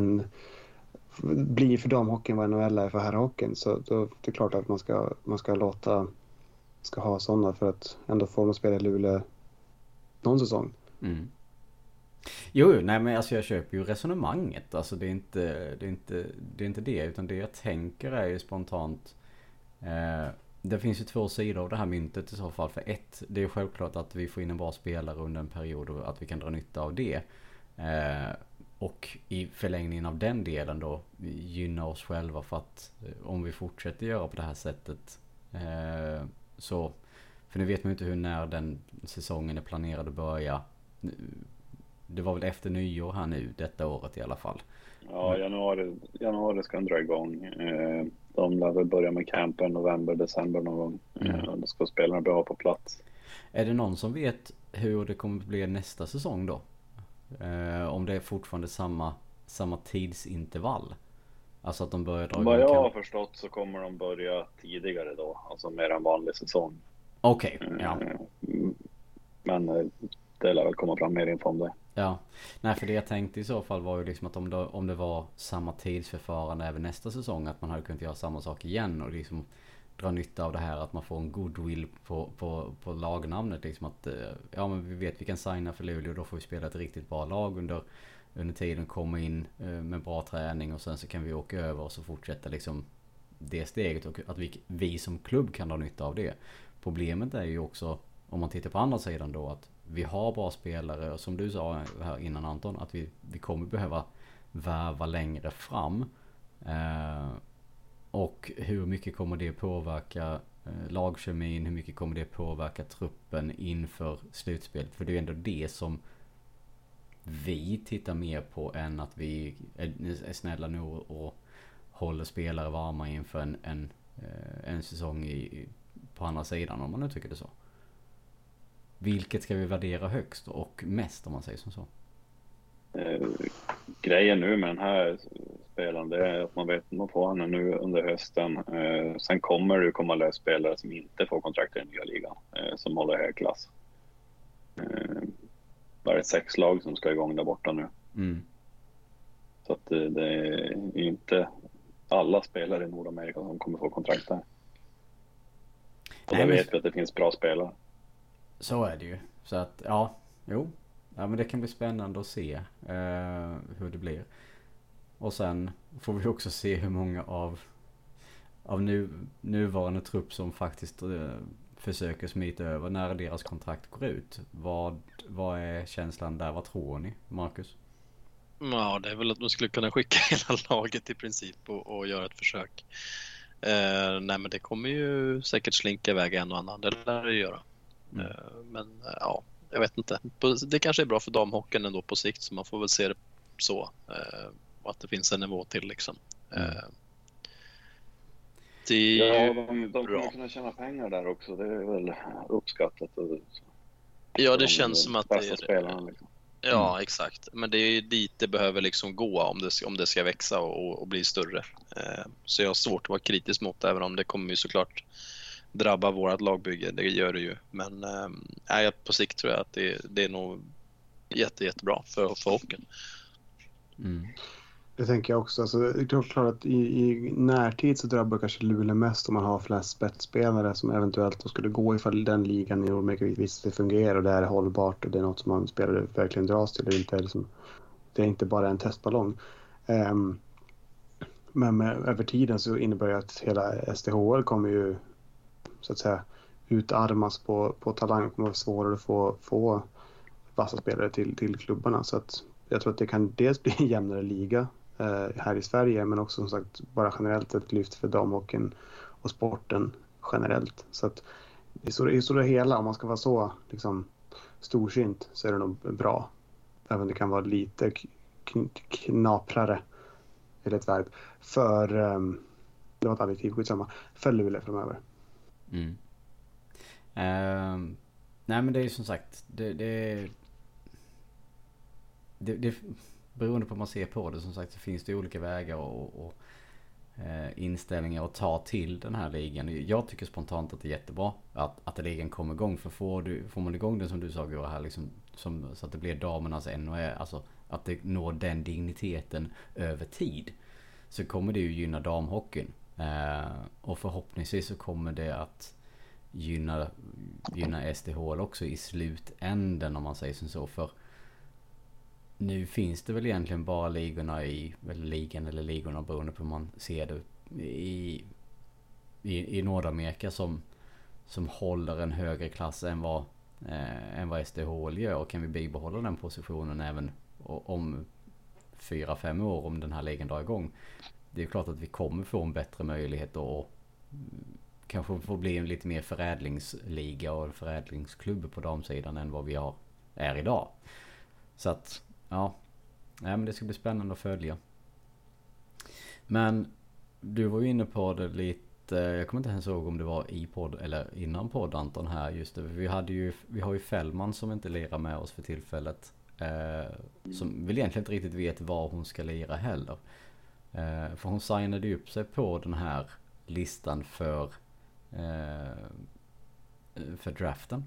blir för damhockeyn vad NHL är för herrhockeyn. Så då, det är klart att man ska ha sådana för att ändå få dem att spela i Luleå någon säsong. Mm. Jo, nej men alltså jag köper ju resonemanget. Alltså det är inte det, utan det jag tänker är ju spontant. Det finns ju två sidor av det här myntet i så fall. För ett, det är självklart att vi får in en bra spelare under en period och att vi kan dra nytta av det. Och i förlängningen av den delen då gynna oss själva, för att om vi fortsätter göra på det här sättet så, för nu vet man ju inte när den säsongen är planerad att börja. Det var väl efter nyår här nu detta året i alla fall. Ja, januari ska den dra igång. De lär väl börja med campen november, december någon gång. Då ska spelarna bli på plats. Är det någon som vet hur det kommer att bli nästa säsong då? Om det är fortfarande samma tidsintervall? Alltså att de börjar dra igång. Vad jag har förstått så kommer de börja tidigare då. Alltså mer än vanlig säsong. Okej, ja. Men det lär väl komma fram mer info om det. Ja, nej, för det jag tänkte i så fall var ju liksom att om det var samma tidsförfarande även nästa säsong, att man hade kunnat göra samma sak igen och liksom dra nytta av det här, att man får en goodwill på lagnamnet liksom, att ja, men vi vet vi kan signa för Luleå och då får vi spela ett riktigt bra lag under tiden, komma in med bra träning och sen så kan vi åka över och så fortsätta liksom det steget, och att vi som klubb kan dra nytta av det. Problemet är ju också, om man tittar på andra sidan då, att vi har bra spelare och som du sa här innan Anton, att vi kommer behöva värva längre fram. Och hur mycket kommer det påverka lagkemin, hur mycket kommer det påverka truppen inför slutspelet? För det är ändå det som vi tittar mer på än att vi är snälla nu och håller spelare varma inför en säsong på andra sidan, om man nu tycker det så. Vilket ska vi värdera högst och mest, om man säger som så? Grejen nu med den här spelaren, det är att man vet att man får henne nu under hösten. Sen kommer det komma lös spelare som inte får kontrakt i den nya ligan, som håller hög klass. Bara det 6 lag som ska igång där borta nu. Så att det är inte alla spelare i Nordamerika som kommer få kontrakt där. Och då vet vi att det finns bra spelare. Så är det ju. Så att, ja, men det kan bli spännande att se hur det blir. Och sen får vi också se hur många av nuvarande trupp som faktiskt försöker smita över när deras kontrakt går ut. Vad är känslan där? Vad tror ni, Marcus? Ja, det är väl att man skulle kunna skicka hela laget i princip och göra ett försök. Nej, men det kommer ju säkert slinka iväg en och annan. Det lär det göra. Men ja, jag vet inte. Det kanske är bra för damhockeyn ändå på sikt, så man får väl se det så. Att det finns en nivå till liksom. De kommer kunna tjäna pengar där också. Det är väl uppskattat. Ja, det känns som att det är spelarna, liksom. Ja, exakt. Men det är dit det behöver liksom gå om det ska växa och bli större. Så jag har svårt att vara kritisk mot det, även om det kommer ju såklart drabba vårat lagbygge. Det gör det ju. Men på sikt tror jag att det är nog jättebra för hockeyn. Det tänker jag också. Alltså, det är klart att i närtid så drabbar kanske Luleå mest om man har flest spetsspelare som eventuellt då skulle gå ifall den ligan i Nordamerika visst det fungerar och det är hållbart och det är något som man spelare verkligen dras till. Det är inte bara en testballong. Men över tiden så innebär det att hela SDHL kommer ju så att säga utarmas på talang, kommer vara svårare att få vassa spelare till klubbarna, så att jag tror att det kan dels bli en jämnare liga här i Sverige, men också som sagt bara generellt ett lyft för damhockeyn och sporten generellt. Så att i så det hela, om man ska vara så liksom storsint så är det nog bra. Även det kan vara lite knaprare, eller ett verb, för det var ett adjektiv, skitsamma, för Luleå framöver. Nej, men det är ju som sagt det beroende på hur man ser på det, som sagt, så finns det olika vägar och inställningar att ta till den här ligan. Jag tycker spontant att det är jättebra att ligan kommer igång, för får man igång den, som du sa Gura här, liksom, så att det blir damernas NHL, alltså att det når den digniteten över tid, så kommer det ju gynna damhockeyn, och förhoppningsvis så kommer det att gynna SDHL också i slutänden, om man säger som så. För nu finns det väl egentligen bara ligorna ligorna beroende på hur man ser det i Nordamerika som håller en högre klass än vad SDHL gör, och kan vi bibehålla den positionen även om 4-5 år, om den här ligan drar igång, det är klart att vi kommer få en bättre möjlighet och kanske få bli en lite mer förädlingsliga och förädlingsklubb på damsidan än vad vi är idag. Så att ja, men det ska bli spännande att följa. Men du var ju inne på det lite, jag kommer inte ens ihåg om det var i podd eller innan podd, Anton, här just det. Vi har ju Fällman som inte lirar med oss för tillfället, som väl egentligen inte riktigt vet vad hon ska lira heller. För hon signade ju upp sig på den här listan för draften,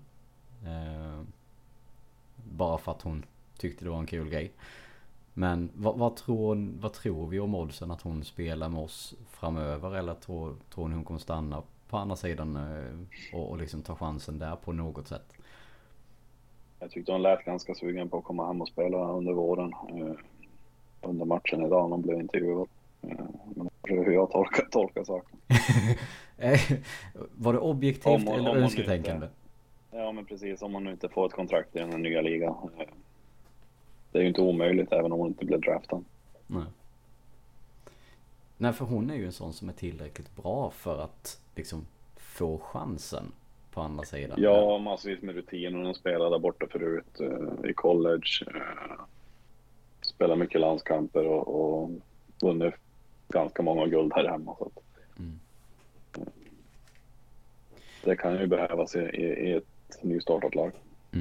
bara för att hon tyckte det var en kul grej. Men vad tror vi om oddsen att hon spelar med oss framöver, eller tror ni hon kommer stanna på andra sidan och liksom ta chansen där på något sätt? Jag tyckte hon lät ganska sugen på att komma hem och spela under våren, under matchen idag när hon blev intervjuad. Men hur jag tolkar saken. Var det objektivt eller önsketänkande? Ja, men precis, om man nu inte får ett kontrakt i den nya ligan. Det är ju inte omöjligt även om hon inte blir draftad. Nej, för hon är ju en sån som är tillräckligt bra för att liksom få chansen på andra sidan. Ja, massvis med rutin. Hon spelade där borta förut i college. Spelar mycket landskamper och vunnit ganska många guld här hemma. Så att, det kan ju behövas i ett nystartat lag.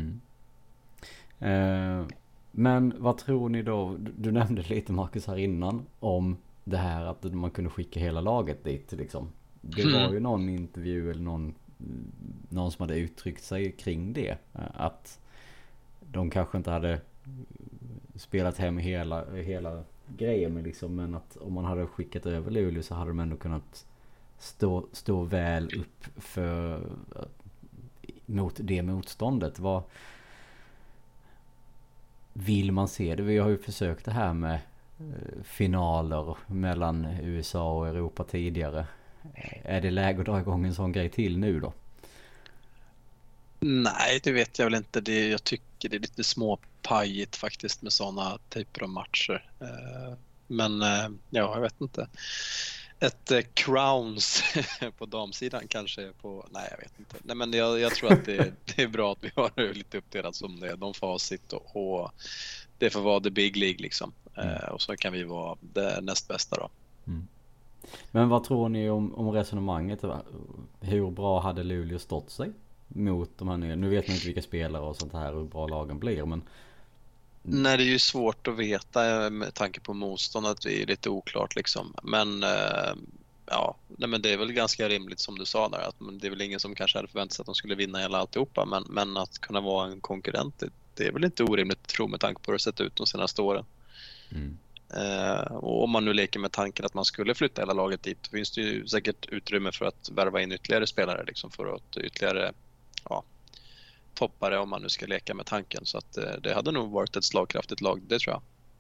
Men vad tror ni då? Du nämnde lite, Marcus, här innan om det här att man kunde skicka hela laget dit liksom. Det var ju någon intervju eller någon som hade uttryckt sig kring det, att de kanske inte hade spelat hem hela grejen, men att om man hade skickat över Luleå så hade de ändå kunnat stå väl upp mot det motståndet. Vad vill man se det? Vi har ju försökt det här med finaler mellan USA och Europa tidigare. Är det läge att dra igång en sån grej till nu då? Nej, det vet jag väl inte. Jag tycker det är lite småpajigt faktiskt med sådana typer av matcher. Men ja, jag vet inte. Ett Crowns på damsidan kanske på... Nej, jag vet inte. Nej, men jag tror att det är bra att vi har det lite uppdelat som det är. De får ha sitt och det får vara the big league liksom. Och så kan vi vara det näst bästa då. Men vad tror ni om resonemanget? Hur bra hade Luleå stått sig mot de här nya? Nu vet man inte vilka spelare och sånt här, hur bra lagen blir, men... Nej, det är ju svårt att veta med tanke på motstånd, att det är lite oklart liksom. Men ja, nej, men det är väl ganska rimligt som du sa där, att det är väl ingen som kanske hade förväntat sig att de skulle vinna hela alltihopa, men att kunna vara en konkurrent, det är väl inte orimligt att tro med tanke på hur det sett ut de senaste åren. Och om man nu leker med tanken att man skulle flytta hela laget dit, då finns det ju säkert utrymme för att värva in ytterligare spelare liksom, för att ytterligare toppare, om man nu ska leka med tanken. Så att det hade nog varit ett slagkraftigt lag, det tror jag.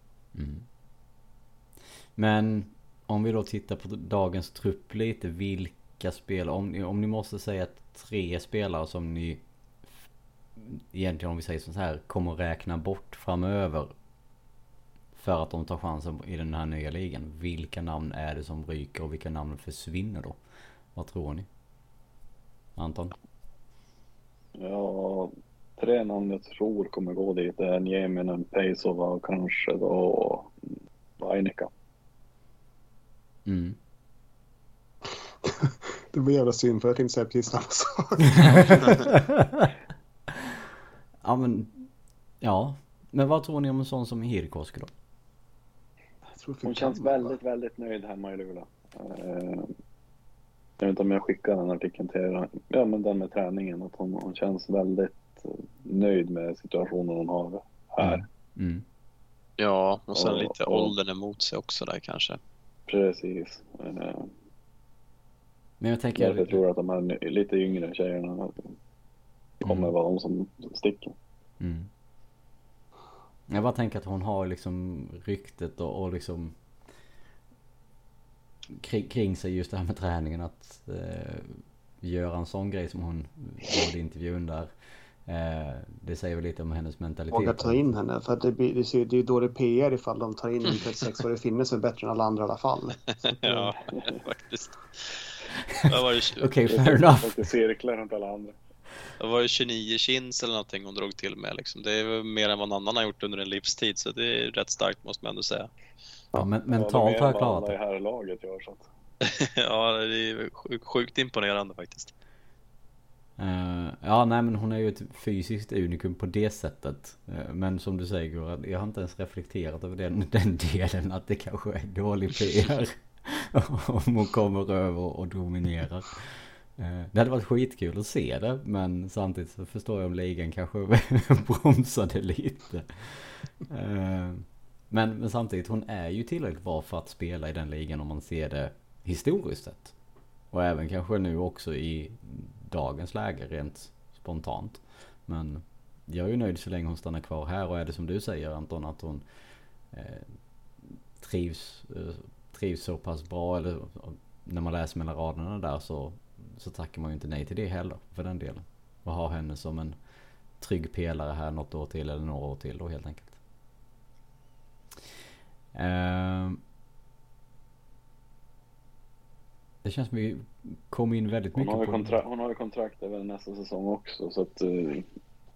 Men om vi då tittar på dagens trupp lite, vilka spelare, om ni måste säga 3 spelare som ni egentligen, om vi säger så här, kommer att räkna bort framöver för att de tar chansen i den här nya ligan, vilka namn är det som ryker och vilka namn försvinner då? Vad tror ni? Anton? Ja, tre namn jag tror kommer gå dit är Nieminen, Peisova och kanske då Vainika. Mm. Det blir jävla synd för jag tänkte säga precis samma sak. Ja, men vad tror ni om en sån som Hirkoski då? Hon känns väldigt, väldigt nöjd hemma i Luleå. Jag vet inte om jag skickade den artikeln till er. Ja, men den med träningen. Att hon känns väldigt nöjd med situationen hon har här. Mm. Ja, och sen lite åldern emot sig också där kanske. Precis. Men jag tänker... Jag tror att de här lite yngre tjejerna kommer vara de som sticker. Mm. Jag bara tänker att hon har liksom ryktet och liksom kring sig just det här med träningen, att göra en sån grej som hon gjorde i intervjun där. Det säger väl lite om hennes mentalitet. Våga ta in henne, för att det är ju dålig PR ifall de tar in en 36-årig finne som är bättre än alla andra i alla fall. Ja, faktiskt. Okej, fair enough. Och cirklar runt alla andra. Det var ju 29 chins eller någonting hon drog till med liksom. Det är väl mer än vad någon annan har gjort under en livstid, så det är rätt starkt måste man ändå säga. Ja, men mentalt har jag klarat det. Här laget gör så att... Ja, det är sjukt imponerande faktiskt. Ja, nej, men hon är ju ett fysiskt unikum på det sättet. Men som du säger, jag har inte ens reflekterat över den delen, att det kanske är dålig PR om hon kommer över och dominerar. Det hade varit skitkul att se det, men samtidigt så förstår jag om ligan kanske bromsade lite. Men samtidigt, hon är ju tillräckligt bra för att spela i den ligan om man ser det historiskt sett. Och även kanske nu också i dagens läge rent spontant. Men jag är ju nöjd så länge hon stannar kvar här, och är det som du säger, Anton, att hon trivs så pass bra, eller när man läser mellan raderna där, så tackar man ju inte nej till det heller för den delen. Och ha henne som en trygg pelare här något år till eller några år till då helt enkelt. Det känns som vi kom in väldigt mycket på... Hon har ju kontrakt över nästa säsong också, så att det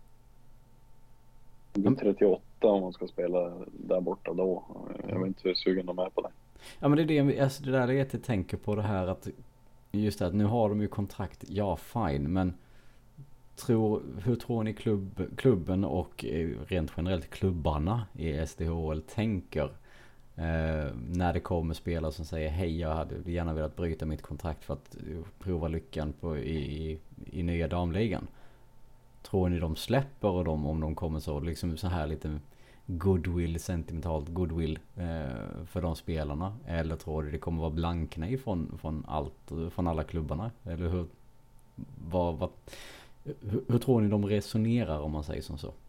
blir 38 om hon ska spela där borta då. Jag vet inte hur sugen de är på det. Ja, men det är det, alltså det där jag tänker på, det här att just det, att nu har de ju kontrakt, ja fine, men hur tror ni klubben och rent generellt klubbarna i SDHL tänker när det kommer spelare som säger hej, jag hade gärna velat bryta mitt kontrakt för att prova lyckan i nya damligan? Tror ni de släpper dem om de kommer så liksom så här lite goodwill, sentimentalt goodwill för de spelarna, eller tror du det kommer vara blanknej från alla klubbarna, eller hur tror ni de resonerar, om man säger som så?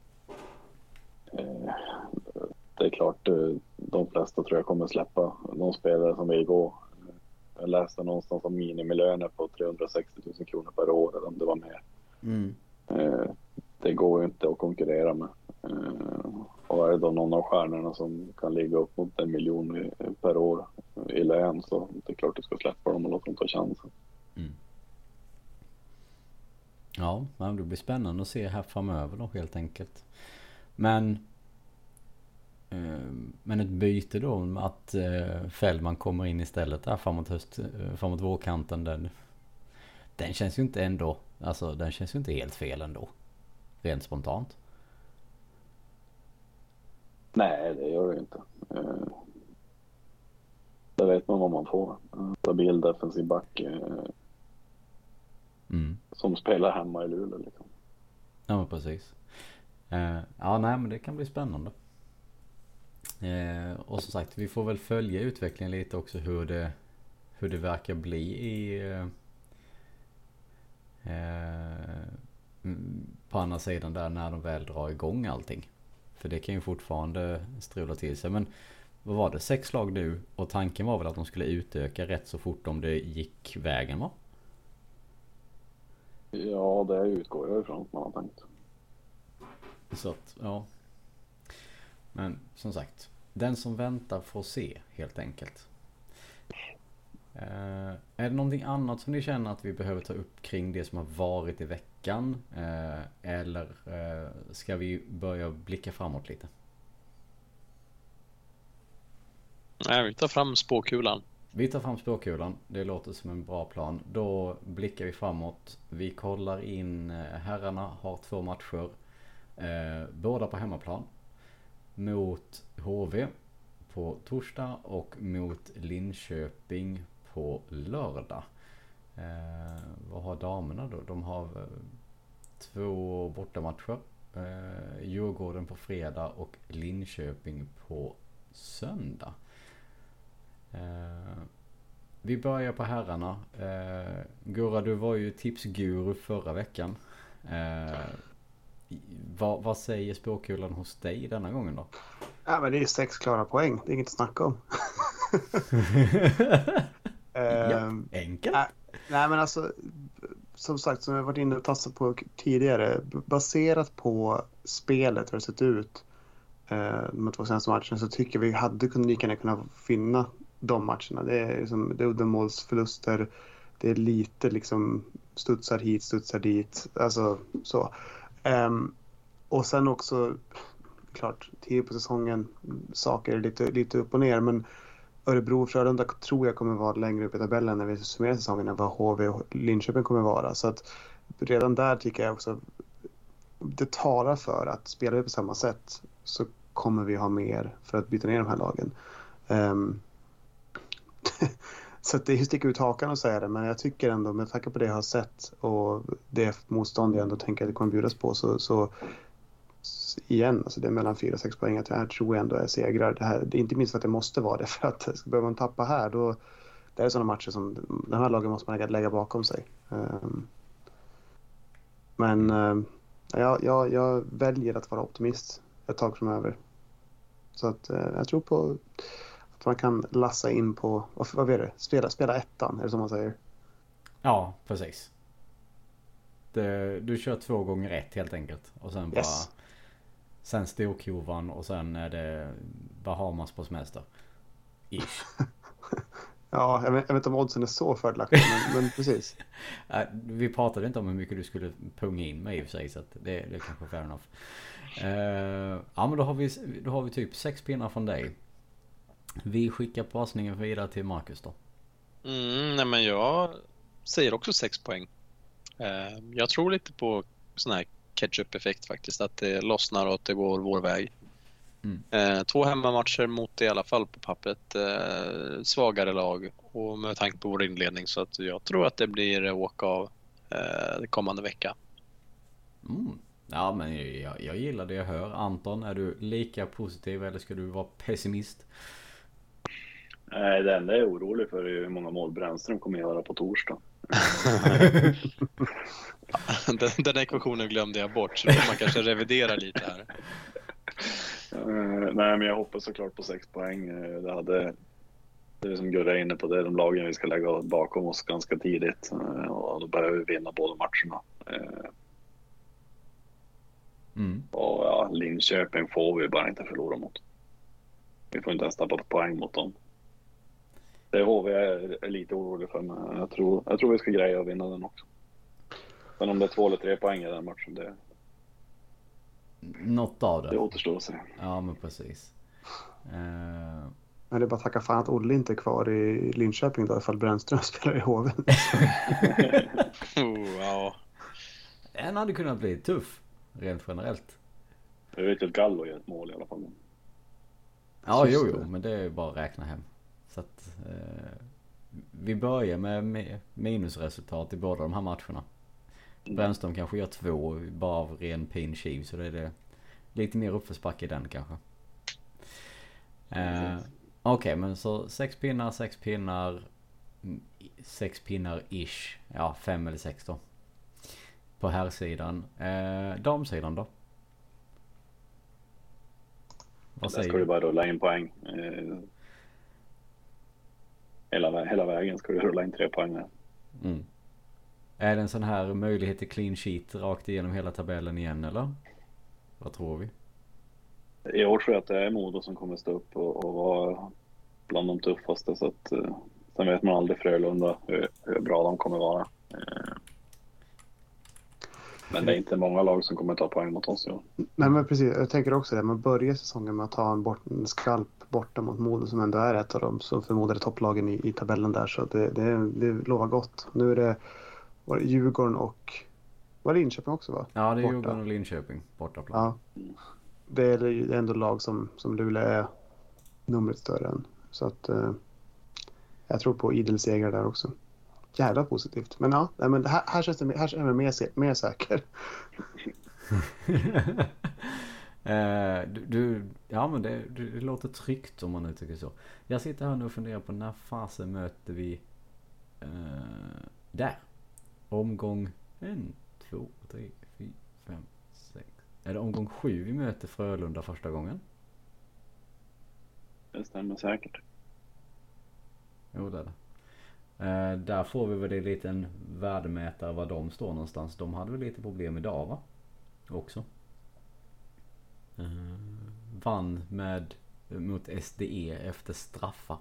Det är klart, de flesta tror jag kommer släppa de spelare som vill gå. Jag läste någonstans om minimilöner på 360 000 kronor per år, eller om det var mer. Det går ju inte att konkurrera med. Och är det då någon av stjärnorna som kan ligga upp mot 1 miljon per år i lön, så det är klart du ska släppa dem och låta dem ta chansen. Ja, det blir spännande att se här framöver då helt enkelt. Men ett byte då, att Fällman kommer in istället där framåt vårkanten, den känns ju inte ändå, alltså den känns ju inte helt fel ändå, rent spontant. Nej, det gör det inte. Där vet man vad man får. Stabil defensiv back som spelar hemma i Luleå liksom. Ja, men precis. Ja, nej, men det kan bli spännande. Och som sagt, vi får väl följa utvecklingen lite också, hur det verkar bli på andra sidan där, när de väl drar igång allting. För det kan ju fortfarande strula till sig. Men vad var det? 6 lag nu, och tanken var väl att de skulle utöka rätt så fort om det gick vägen, va? Ja, det utgår jag ifrån att man har tänkt. Så att, ja. Men som sagt, den som väntar får se helt enkelt. Är det någonting annat som ni känner att vi behöver ta upp kring det som har varit i veckan? Eller ska vi börja blicka framåt lite? Nej, vi tar fram spåkulan. Vi tar fram spåkulan. Det låter som en bra plan. Då blickar vi framåt. Vi kollar in. Herrarna har 2 matcher. Båda på hemmaplan. Mot HV på torsdag och mot Linköping på lördag. Vad har damerna då? De har 2 bortamatcher. Djurgården på fredag och Linköping på söndag. Vi börjar på herrarna. Gurra, du var ju tipsguru förra veckan. Vad säger spåkulan hos dig denna gången då? Ja, men det är 6 klara poäng. Det är inget att snacka om. Ja, enkelt. Nej, men alltså, som sagt, som jag varit inne och tassat på tidigare, baserat på spelet, hur det sett ut de 2 senaste matcherna, så tycker vi hade lika gärna kunnat finna de matcherna. Det är liksom, det är uddamålsförluster, det är lite liksom studsar hit, studsar dit, alltså så. Och sen också, klart, tidigt på säsongen, saker är lite upp och ner, men Örebro och Frölunda tror jag kommer vara längre upp i tabellen när vi summerar säsongen än vad HV och Linköping kommer vara. Så att redan där tycker jag också det talar för att spelar vi på samma sätt så kommer vi ha mer för att byta ner de här lagen. Så att det är ju sticka ut hakan och säga det, men jag tycker ändå med tanke på det jag har sett och det motstånd jag ändå tänker att det kommer bjudas på så igen, alltså det är mellan 4 och 6 poäng att jag tror jag ändå är segrar. Det är inte minst för att det måste vara det, för att behöver man tappa här då det är sådana matcher som de här lagen måste man lägga bakom sig. Men jag väljer att vara optimist ett tag framöver. Så att jag tror på att man kan lassa in på, vad är det? Spela ettan, är det som man säger? Ja, precis. Du kör 2 gånger 1 helt enkelt. Och sen bara sen storkovan och sen är det Bahamas på semester. Ish. Ja, jag vet inte om oddsen är så fördelaktig, men precis. Vi pratade inte om hur mycket du skulle punga in med i och för sig, så att det är kanske fair enough. Ja, men då har vi typ 6 pinnar från dig. Vi skickar passningen vidare till Marcus då. Nej, men jag säger också 6 poäng. Jag tror lite på sån här catch-up-effekt faktiskt, att det lossnar och att det går vår väg. 2 hemmamatcher mot i alla fall på pappret svagare lag och med tanke på vår inledning, så att jag tror att det blir åka av kommande vecka. Ja, men jag gillar det jag hör. Anton, är du lika positiv eller ska du vara pessimist? Nej, det enda jag är orolig för är hur många mål Brännström kommer göra på torsdag. Den ekvationen glömde jag bort, så man kanske reviderar lite här. Nej, men jag hoppas såklart på 6 poäng. Det är som Gurra är inne på, det är de lagen vi ska lägga bakom oss ganska tidigt. Och då behöver vi vinna båda matcherna. Och ja, Linköping får vi bara inte förlora mot. Vi får inte ens tappa poäng mot dem. Det är HV är lite orolig för, men jag tror vi ska greja att vinna den också. Men om det är 2 eller 3 poäng i den matchen, något av det. Det återstår att se. Ja, men precis. Men det är bara att tacka fan att Olle inte är kvar i Linköping då, ifall Brännström spelar i HV. Ja. Den hade kunnat bli tuff, rent generellt. Jag vet ju att Gallo gör ett mål i alla fall. Ja, jo, men det är ju bara att räkna hem. Så att vi börjar med minusresultat i båda de här matcherna. Brännström kanske gör 2 bara av ren pinchiv, så det är det lite mer uppförsback i den kanske. Okej, men så 6 pinnar ish. Ja, 5 eller 6 då. På här sidan. Damsidan då? Vad säger du? Ska du bara rulla in poäng. Hela vägen ska du rulla in 3 poäng. Är det en sån här möjlighet till clean sheet rakt igenom hela tabellen igen, eller? Vad tror vi? I år tror jag att det är Modo som kommer stå upp och vara bland de tuffaste. Så att Sen vet man aldrig Frölunda hur bra de kommer vara. Men det är inte många lag som kommer ta poäng mot oss. Ja. Nej, men precis. Jag tänker också det. Man börjar säsongen med att ta en skalp borta mot Modo som ändå är ett av dem som förmodade topplagen i tabellen där. Så det lovar gott. Nu är det Djurgården och... Var det Linköping också, va? Ja, det är borta. Djurgården och Linköping. Bortaplan. Ja. Det är ändå lag som Luleå är numret större än. Så att jag tror på idel seger där också. Jävla positivt. Men ja, men här känns det här är jag mer säker. Ja, men det låter tryggt om man nu tycker så. Jag sitter här nu och funderar på när fasen möter vi där. Omgång 1, 2, 3, 4, 5, 6. Är det omgång 7 vi möter Frölunda första gången? Det stämmer säkert. Jo, det är det. Där får vi väl en liten värdemätare var de står någonstans. De hade väl lite problem idag, va? Också. Vann mot SDE efter straffar.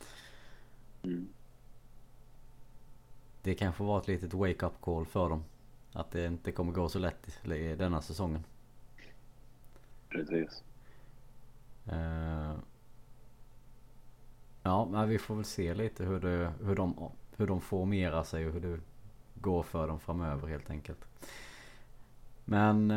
Det kanske var ett litet wake-up call för dem. Att det inte kommer gå så lätt i denna säsongen. Precis. Ja, men vi får väl se lite hur de formerar sig och hur det går för dem framöver helt enkelt. Men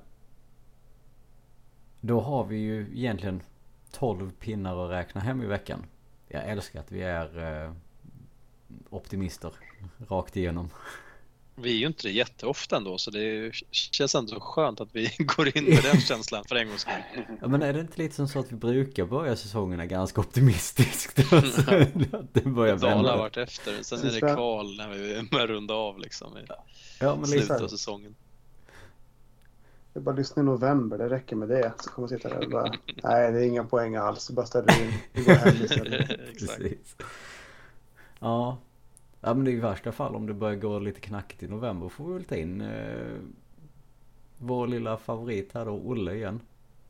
då har vi ju egentligen 12 pinnar att räkna hem i veckan. Jag älskar att vi är optimister rakt igenom. Vi är ju inte det jätteofta ändå, så det känns ändå skönt att vi går in med den känslan för en gångs skull. Ja, men är det inte lite som så att vi brukar börja säsongerna ganska optimistiskt? Att det börjar Dala har varit efter, sen är det kval när vi börjar runda av liksom i slutet av säsongen. Jag bara lyssnar i november, det räcker med det. Så kommer jag sitta där och bara, nej det är inga poäng alls, bara ställer in, vi går hem istället. Precis. Ja, men det är i värsta fall om det börjar gå lite knackigt i november får vi väl ta in vår lilla favorit här då, Olle igen.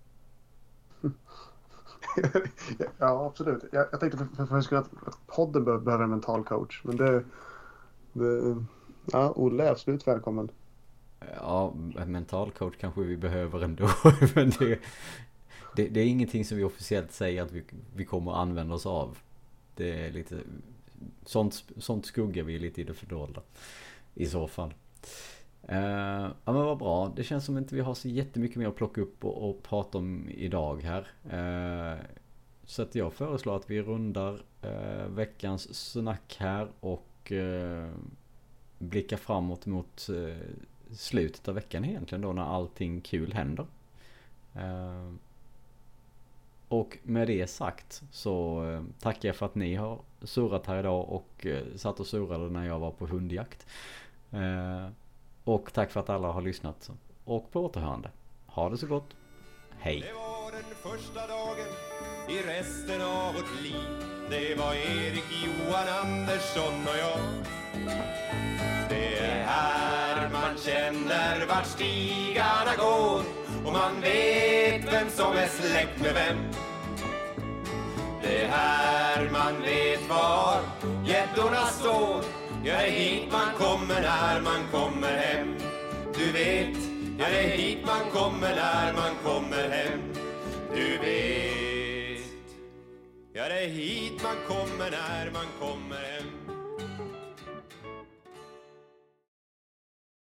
Ja, absolut. Jag tänkte för att podden behöver en mental coach, men ja, Olle är absolut välkommen. Ja, en mental coach kanske vi behöver ändå. Men det är ingenting som vi officiellt säger att vi kommer att använda oss av. Det är lite sånt skuggar vi lite i det fördolda i så fall. Ja, men vad bra. Det känns som inte vi har så jättemycket mer att plocka upp och prata om idag här. Så att jag föreslår att vi rundar veckans snack här och blickar framåt mot slutet av veckan egentligen då när allting kul händer. Och med det sagt så tackar jag för att ni har surrat här idag och satt och surrade när jag var på hundjakt. Och tack för att alla har lyssnat och på återhörande. Ha det så gott. Hej. Det var den första dagen i resten av vårt liv. Det var Erik, Johan, Andersson och jag. Det är här man känner vart stigarna går och man vet vem som är släkt med vem. Det är här man vet var gäddorna står. Ja, det är hit man kommer när man kommer hem. Du vet, ja det är hit man kommer när man kommer hem. Du vet, ja det är hit man kommer när man kommer hem.